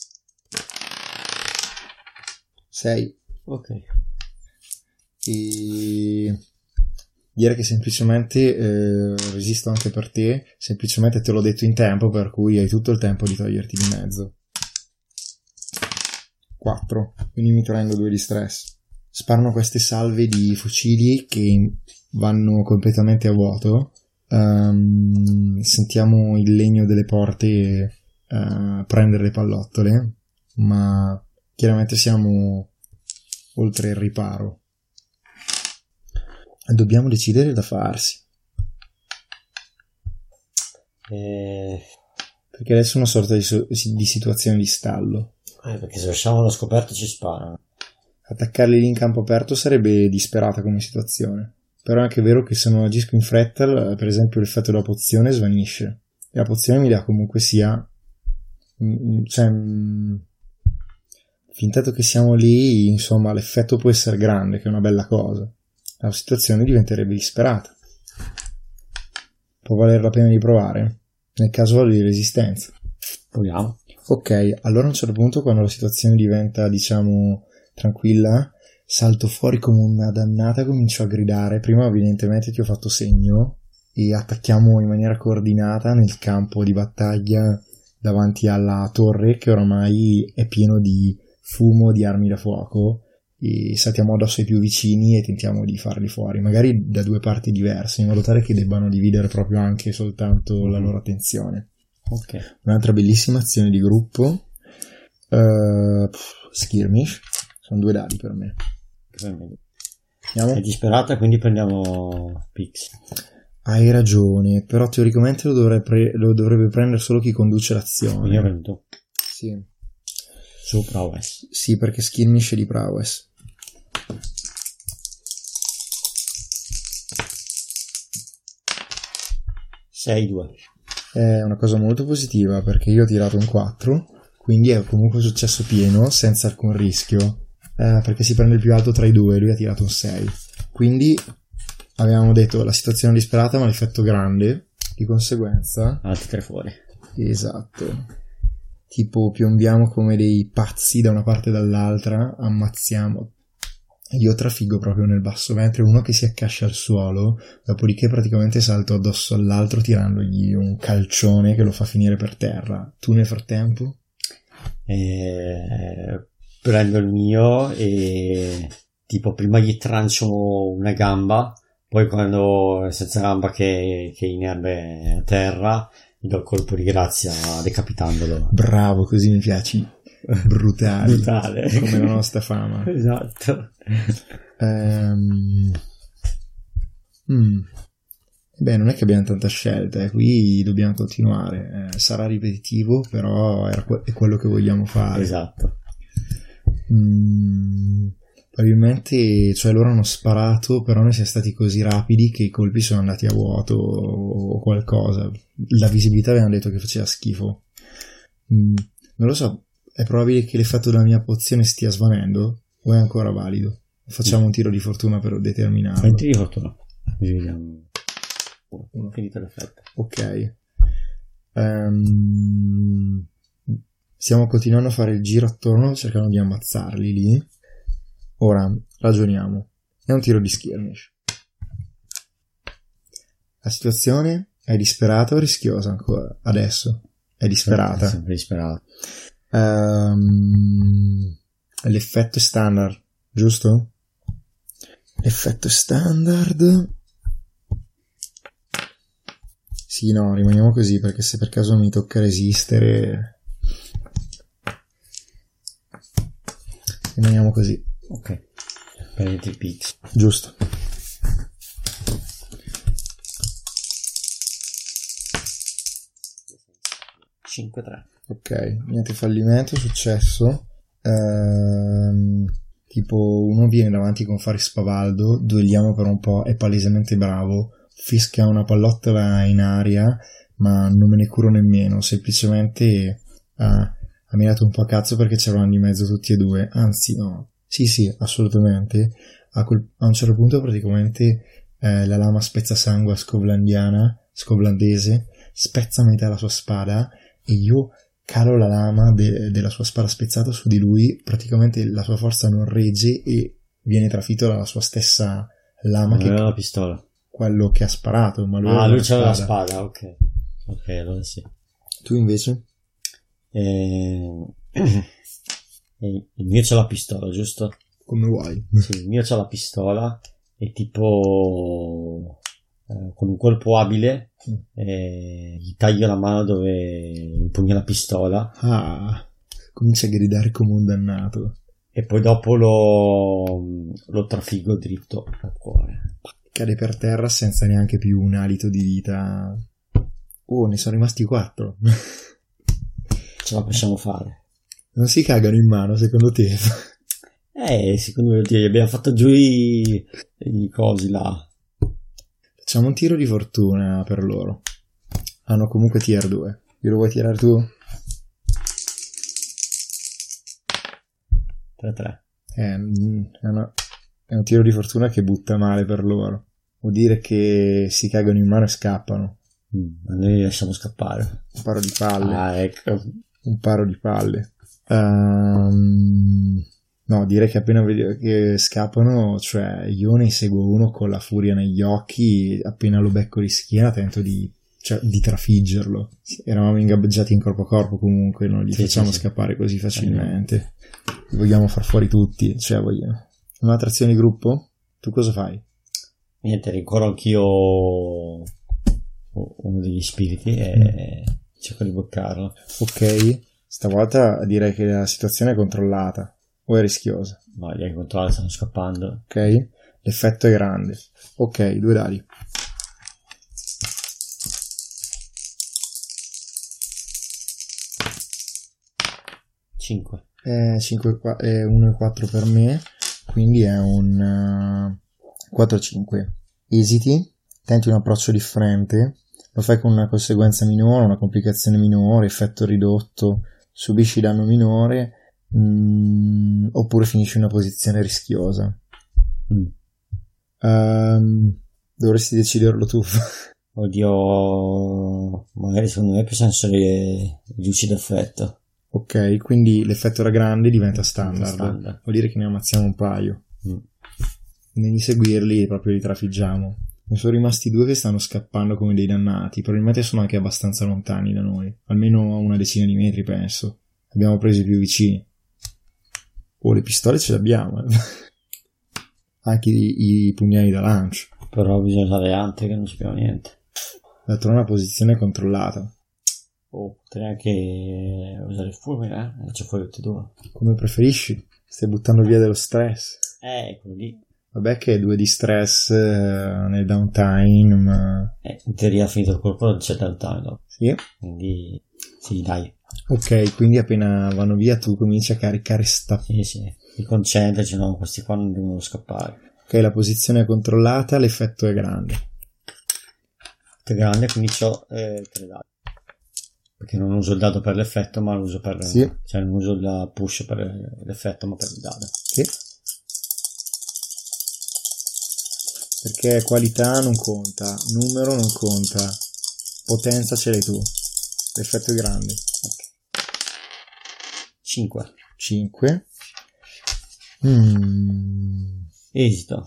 sei. Ok. E direi che semplicemente eh, resisto anche per te. Semplicemente te l'ho detto in tempo, per cui hai tutto il tempo di toglierti di mezzo. quattro. Quindi mi prendo due di stress. Sparano queste salve di fucili che vanno completamente a vuoto. Um, sentiamo il legno delle porte uh, prendere le pallottole, ma chiaramente siamo oltre il riparo. Dobbiamo decidere da farsi. Eh... Perché adesso è una sorta di, so- di situazione di stallo. Eh, perché se lasciamo allo scoperto ci sparano. Attaccarli lì in campo aperto sarebbe disperata come situazione. Però è anche vero che se non agisco in fretta, per esempio l'effetto della pozione svanisce. E la pozione mi dà comunque sia... Cioè... fin tanto che siamo lì, insomma, l'effetto può essere grande, che è una bella cosa. La situazione diventerebbe disperata. Può valere la pena di provare? Nel caso di resistenza. Proviamo. Ok, allora a un certo punto, quando la situazione diventa, diciamo, tranquilla, salto fuori come una dannata, comincio a gridare. Prima evidentemente ti ho fatto segno e attacchiamo in maniera coordinata nel campo di battaglia davanti alla torre, che oramai è pieno di fumo, di armi da fuoco, e saltiamo addosso ai più vicini e tentiamo di farli fuori, magari da due parti diverse, in modo tale che debbano dividere proprio anche soltanto la loro attenzione. Ok. Un'altra bellissima azione di gruppo, uh, skirmish, sono due dadi per me. Andiamo? È disperata, quindi prendiamo Pix. Hai ragione, però teoricamente lo, dovrebbe pre- lo dovrebbe prendere solo chi conduce l'azione. Io prendo. Sì. Su prowess. Sì, perché skirmish è di prowess. sei due. è una cosa molto positiva perché io ho tirato un quattro, quindi è comunque successo pieno senza alcun rischio, eh, perché si prende il più alto tra i due, lui ha tirato un sei, quindi avevamo detto la situazione disperata ma l'effetto grande, di conseguenza altri tre fuori. Esatto, tipo piombiamo come dei pazzi da una parte e dall'altra, ammazziamo. Io trafiggo proprio nel basso ventre uno che si accascia al suolo, dopodiché praticamente salto addosso all'altro tirandogli un calcione che lo fa finire per terra. Tu nel frattempo? Eh, prendo il mio e tipo prima gli trancio una gamba, poi quando è senza gamba che, che inerbe a terra gli do il colpo di grazia decapitandolo. Bravo, così mi piaci. Brutale. Brutale. Come la nostra fama. Esatto. Um, mm. Beh, non è che abbiamo tanta scelta, eh. Qui dobbiamo continuare. Eh, sarà ripetitivo, però era que- è quello che vogliamo fare. Esatto. Mm, probabilmente, cioè loro hanno sparato, però noi siamo stati così rapidi che i colpi sono andati a vuoto o qualcosa. La visibilità avevano detto che faceva schifo. Mm, non lo so. È probabile che l'effetto della mia pozione stia svanendo o è ancora valido? Facciamo un tiro di fortuna per determinarlo. Fai un tiro di fortuna. Vediamo. Uno. Finito l'effetto. Ok. Um, stiamo continuando a fare il giro attorno cercando di ammazzarli lì. Ora ragioniamo. È un tiro di skirmish. La situazione è disperata o rischiosa ancora? Adesso è disperata. È sempre disperata. Um, l'effetto è standard, giusto? L'effetto è standard. Sì, no, rimaniamo così perché se per caso mi tocca resistere, rimaniamo così. Ok, prenditi il pix. Giusto. cinque tre. Ok, niente fallimento, successo. Ehm, tipo uno viene davanti con fare spavaldo, duelliamo per un po', è palesemente bravo, fischia una pallottola in aria, ma non me ne curo nemmeno, semplicemente ha, ha mirato un po' a cazzo perché c'erano di mezzo tutti e due, anzi no, sì sì, assolutamente. A, quel, a un certo punto praticamente eh, la lama spezzasangue scovlandiana, scovlandese, spezza a metà la sua spada e io calo la lama de- della sua spada spezzata su di lui, praticamente la sua forza non regge e viene trafitto dalla sua stessa lama. Non che aveva la pistola. Quello che ha sparato, ma lui ah lui c'aveva la spada, ok. Ok, allora sì. Tu invece? Eh... il mio c'ha la pistola, giusto? Come vuoi. Sì, il mio c'ha la pistola e tipo eh, con un colpo abile eh, gli taglio la mano dove impugna la pistola. Ah, comincia a gridare come un dannato. E poi dopo lo, lo trafiggo dritto al cuore. Cade per terra senza neanche più un alito di vita. Oh, ne sono rimasti quattro. Ce la possiamo fare. Non si cagano in mano, secondo te? Eh, secondo me gli abbiamo fatto giù i, i cosi là. Facciamo un tiro di fortuna per loro. Hanno comunque tier due. Glielo vuoi tirare tu? tre tre. È, è, una, è un tiro di fortuna che butta male per loro. Vuol dire che si cagano in mano e scappano. Mm, ma noi li lasciamo scappare. Un paro di palle. Ah, ecco. Un paro di palle. Um, no, direi che appena vedo che scappano, cioè io ne seguo uno con la furia negli occhi, appena lo becco di schiena tento di, cioè, di trafiggerlo. Eravamo ingabbiati in corpo a corpo comunque, non li sì, facciamo sì, scappare così facilmente. Li vogliamo far fuori tutti, cioè vogliamo. Un'altra azione di gruppo? Tu cosa fai? Niente, rincorro anch'io uno degli spiriti e mm. cerco di bloccarlo. Ok, stavolta direi che la situazione è controllata o è rischiosa? No, gli hai controllati, stanno scappando. Ok, l'effetto è grande. Ok, due dadi. cinque. Eh, cinque, eh, uno e quattro per me, quindi è un uh, quattro cinque. Esiti, tenti un approccio differente, lo fai con una conseguenza minore, una complicazione minore, effetto ridotto, subisci danno minore, mh, oppure finisci in una posizione rischiosa. Mm. Um, dovresti deciderlo tu. Oddio, magari secondo me più senso le luci d'effetto. Ok, quindi l'effetto era grande, diventa standard. standard. Vuol dire che ne ammazziamo un paio. Mm. Devi seguirli e proprio li trafiggiamo. Ne sono rimasti due che stanno scappando come dei dannati. Probabilmente sono anche abbastanza lontani da noi. Almeno una decina di metri, penso. Abbiamo preso i più vicini. Oh, le pistole ce le abbiamo. Eh. Anche i, i pugnali da lancio. Però bisogna usare altri che non sappiamo niente. D'altro una posizione controllata. Oh, potrei anche usare il fulmine, eh? C'è fuori tutti e due. Come preferisci? Stai buttando via dello stress. Eh, quello lì. Vabbè che due di stress eh, nel downtime, ma... Eh, in teoria finito il colpo non c'è downtime dopo. Sì. Quindi, sì, dai. Ok, quindi appena vanno via tu cominci a caricare sta... Sì, sì. Ti concentraci, no? Questi qua non devono scappare. Ok, la posizione è controllata, l'effetto è grande. L'effetto è grande, quindi c'ho eh, tre dadi. Perché non uso il dado per l'effetto, ma lo uso per... Sì. Cioè non uso il push per l'effetto, ma per il dado. Sì. Perché qualità non conta, numero non conta, potenza ce l'hai tu. L'effetto è grande. Ok. cinque. cinque. Mm. Esito.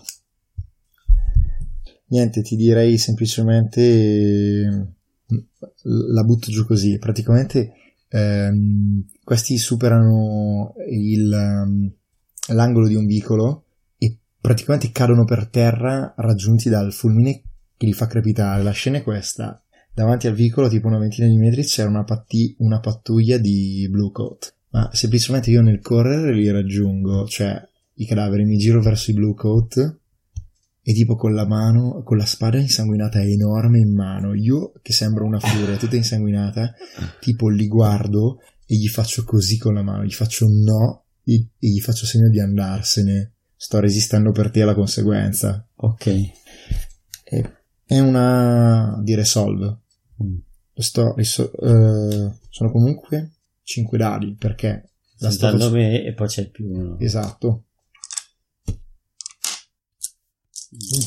Niente, ti direi semplicemente la butto giù così. Praticamente ehm, questi superano il, um, l'angolo di un vicolo e praticamente cadono per terra raggiunti dal fulmine che li fa crepitare. La scena è questa: davanti al vicolo, tipo una ventina di metri, c'era una, patti- una pattuglia di Blue Coat, ma semplicemente io nel correre li raggiungo, cioè i cadaveri, mi giro verso i Blue Coat e tipo con la mano, con la spada insanguinata enorme in mano, io che sembro una furia tutta insanguinata, tipo li guardo e gli faccio così con la mano, gli faccio un no e, e gli faccio segno di andarsene. Sto resistendo per te alla conseguenza. Ok. E, è una di resolve. Mm. Sto, riso- uh, sono comunque cinque dadi perché la sto Secondo fac- me e poi c'è il più uno. esatto. Mm.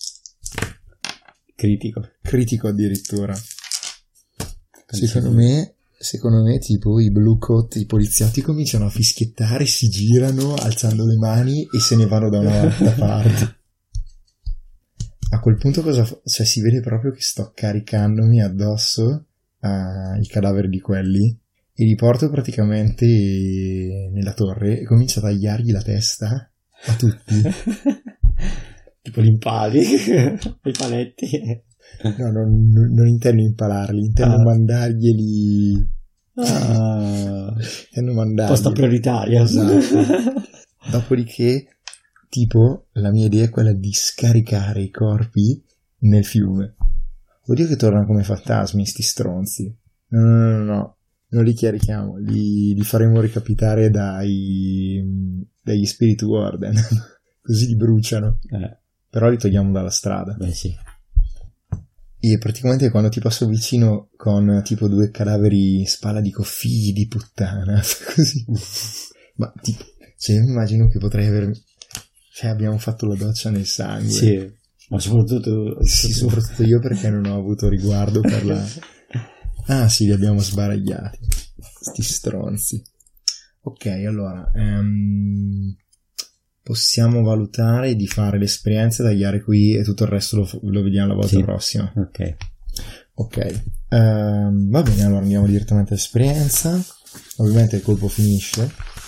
Critico. Critico addirittura. Secondo me, secondo me tipo i Blue Coat, i poliziotti cominciano a fischiettare, si girano alzando le mani e se ne vanno da un'altra parte. A quel punto cosa fa? Cioè si vede proprio che sto caricandomi addosso ai cadaveri di quelli e li porto praticamente nella torre e comincio a tagliargli la testa a tutti. Tipo gli impali, i paletti. No, non, non intendo impalarli, intendo Ah. mandarglieli. Ah, Intendo mandargli. posta prioritaria. Esatto. Dopodiché, tipo, la mia idea è quella di scaricare i corpi nel fiume. Oddio che tornano come fantasmi, sti stronzi. No, no, no, no, no. Non li carichiamo, li, li faremo recapitare dai, dagli Spirit Warden. Così li bruciano. Eh, Però li togliamo dalla strada. beh sì. E praticamente quando ti passo vicino con tipo due cadaveri in spalla dico figli di puttana. Così. Ma tipo, cioè io mi immagino che potrei aver... Cioè abbiamo fatto la doccia nel sangue. Sì, ma soprattutto... Sì, soprattutto io perché non ho avuto riguardo per la... Ah sì, li abbiamo sbaragliati. Sti stronzi. Ok, allora... Ehm... possiamo valutare di fare l'esperienza, tagliare qui e tutto il resto lo, lo vediamo la volta Sì. prossima. Ok. Ok, ehm, va bene, allora andiamo direttamente all'esperienza. Ovviamente il colpo finisce.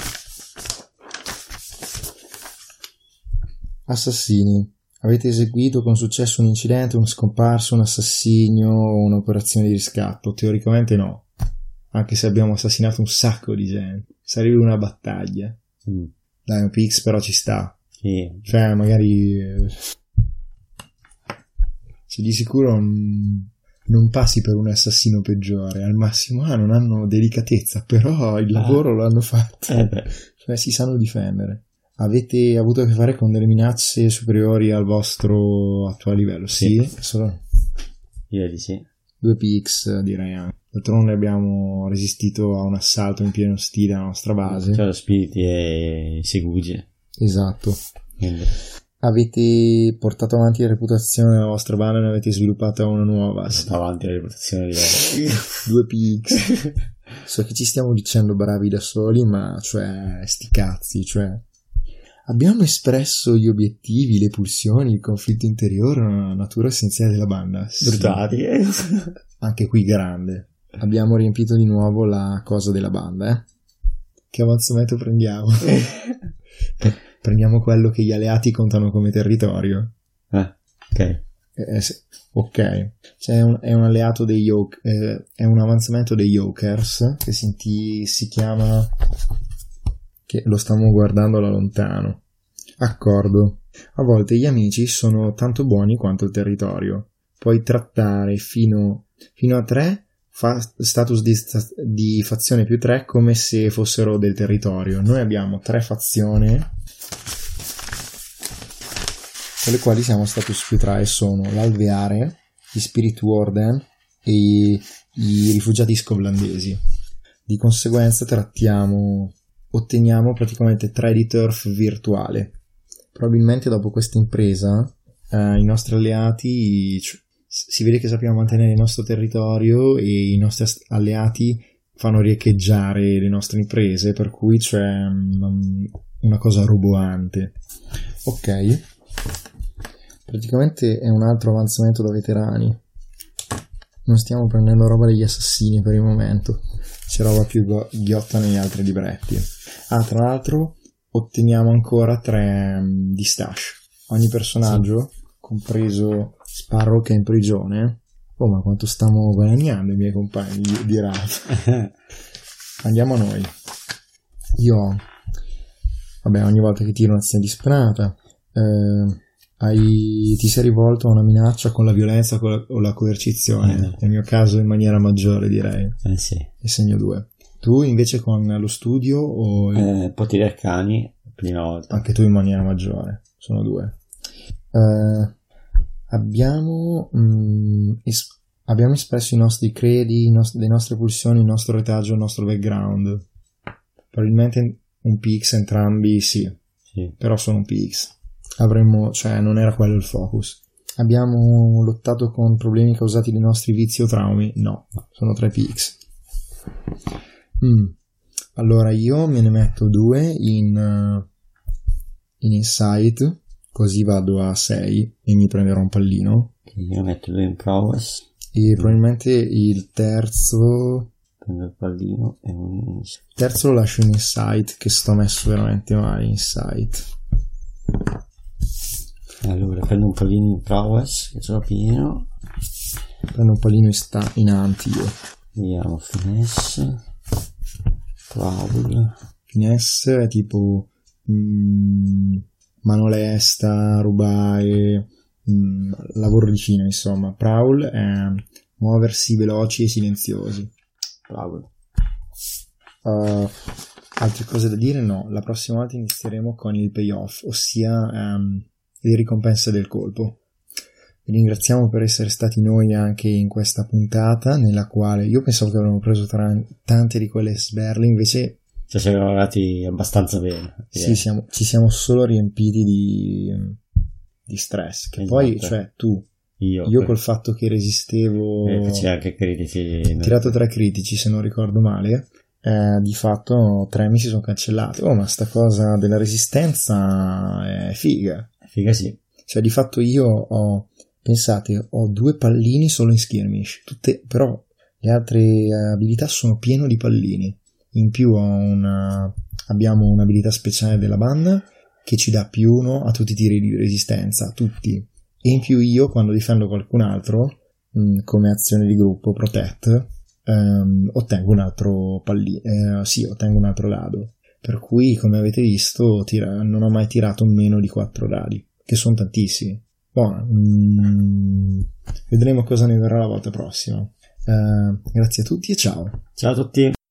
Assassini. Avete eseguito con successo un incidente, uno scomparso, un assassinio o un'operazione di riscatto? Teoricamente no, anche se abbiamo assassinato un sacco di gente. Sarebbe una battaglia. Mm. Dai, un P X però ci sta. Sì. Cioè, magari... eh, cioè, di sicuro non, non passi per un assassino peggiore. Al massimo, ah, non hanno delicatezza, però il lavoro Ah. lo hanno fatto. Eh beh. Cioè, si sanno difendere. Avete avuto a che fare con delle minacce superiori al vostro attuale livello? Sì? Sì. Solo... Direi di sì. due P X direi anche. D'altronde abbiamo resistito a un assalto in pieno stile alla nostra base. Cioè, spiriti e segugi. Esatto. Quindi. Avete portato avanti la reputazione della vostra banda e ne avete sviluppata una nuova. Portato avanti la reputazione di lei. due P X. So che ci stiamo dicendo bravi da soli, ma cioè sti cazzi, cioè abbiamo espresso gli obiettivi, le pulsioni, il conflitto interiore, la natura essenziale della banda. Sì. Brutali. Anche qui grande. Abbiamo riempito di nuovo la cosa della banda, eh? Che avanzamento prendiamo? Prendiamo quello che gli alleati contano come territorio. Eh, ok. Eh, sì. Ok. Cioè, è, un, è un alleato dei Yoke, eh, è un avanzamento dei Jokers che si, si chiama, che lo stiamo guardando da lontano. Accordo. A volte gli amici sono tanto buoni quanto il territorio. Puoi trattare fino, fino a tre fa, status di, di fazione più tre come se fossero del territorio. Noi abbiamo tre fazioni con le quali siamo status più tre e sono l'Alveare, gli Spirit Warden e i rifugiati scovlandesi. Di conseguenza trattiamo, otteniamo praticamente tre di turf virtuale. Probabilmente dopo questa impresa eh, i nostri alleati, cioè, si vede che sappiamo mantenere il nostro territorio e i nostri alleati fanno riecheggiare le nostre imprese, per cui c'è um, una cosa roboante. Ok. Praticamente è un altro avanzamento da veterani. Non stiamo prendendo roba degli assassini per il momento, c'è roba più go- ghiotta negli altri libretti. Ah, tra l'altro otteniamo ancora tre um, di stash. Ogni personaggio, sì, compreso Sparrow che è in prigione. Oh, ma quanto stiamo guadagnando i miei compagni di, di Rav. Andiamo a noi. Io, vabbè, ogni volta che tiro un'azione disperata, eh, hai, ti sei rivolto a una minaccia con la violenza con la, o la coercizione. Eh. Nel mio caso in maniera maggiore, direi. Eh sì. E segno due. Tu invece con lo studio o il... eh, poteri arcani prima volta. Anche tu in maniera maggiore. Sono due. Eh, abbiamo mh, es- abbiamo espresso i nostri credi, i nost- le nostre pulsioni, il nostro retaggio, il nostro background. Probabilmente un P X entrambi, sì. Sì. Però sono un P X. Avremmo, cioè non era quello il focus. Abbiamo lottato con problemi causati dai nostri vizi o traumi? No, sono tre P X. Mm. Allora io me ne metto due in uh, in insight, così vado a sei e mi prenderò un pallino. Io metto due in prowess e probabilmente il terzo prendo il pallino e un terzo lo lascio in insight, che sto messo veramente male in insight. Allora prendo un pallino in prowess che ce l'ho pieno, prendo un pallino in, sta- in anti io. Vediamo finesse, prowl. Finesse è tipo mm, mano lesta, rubare, mm, lavoro di fine, insomma. Prowl è muoversi veloci e silenziosi. Prowl. Uh, altre cose da dire? No, la prossima volta inizieremo con il payoff, ossia um, le ricompense del colpo. Vi ringraziamo per essere stati noi anche in questa puntata, nella quale io pensavo che avremmo preso tra- tante di quelle sberle, invece cioè siamo arrivati abbastanza bene. Sì, siamo, ci siamo solo riempiti di, di stress. Che esatto. Poi, cioè, tu, io, io per... col fatto che resistevo, eh, facevi anche critici, ho tirato tre critici se non ricordo male, eh, di fatto tre mi si sono cancellati. Oh, ma sta cosa della resistenza è figa. Figa, sì. Cioè, di fatto io ho, pensate, ho due pallini solo in skirmish, tutte, però le altre abilità sono pieno di pallini. In più ho una, abbiamo un'abilità speciale della banda che ci dà più uno a tutti i tiri di resistenza, tutti. E in più io, quando difendo qualcun altro, mh, come azione di gruppo, protect, ehm, ottengo un altro pallino, eh, sì, ottengo un altro dado. Per cui, come avete visto, tira, non ho mai tirato meno di quattro dadi, che sono tantissimi. Buono, mh, vedremo cosa ne verrà la volta prossima. Eh, grazie a tutti e ciao. Ciao a tutti.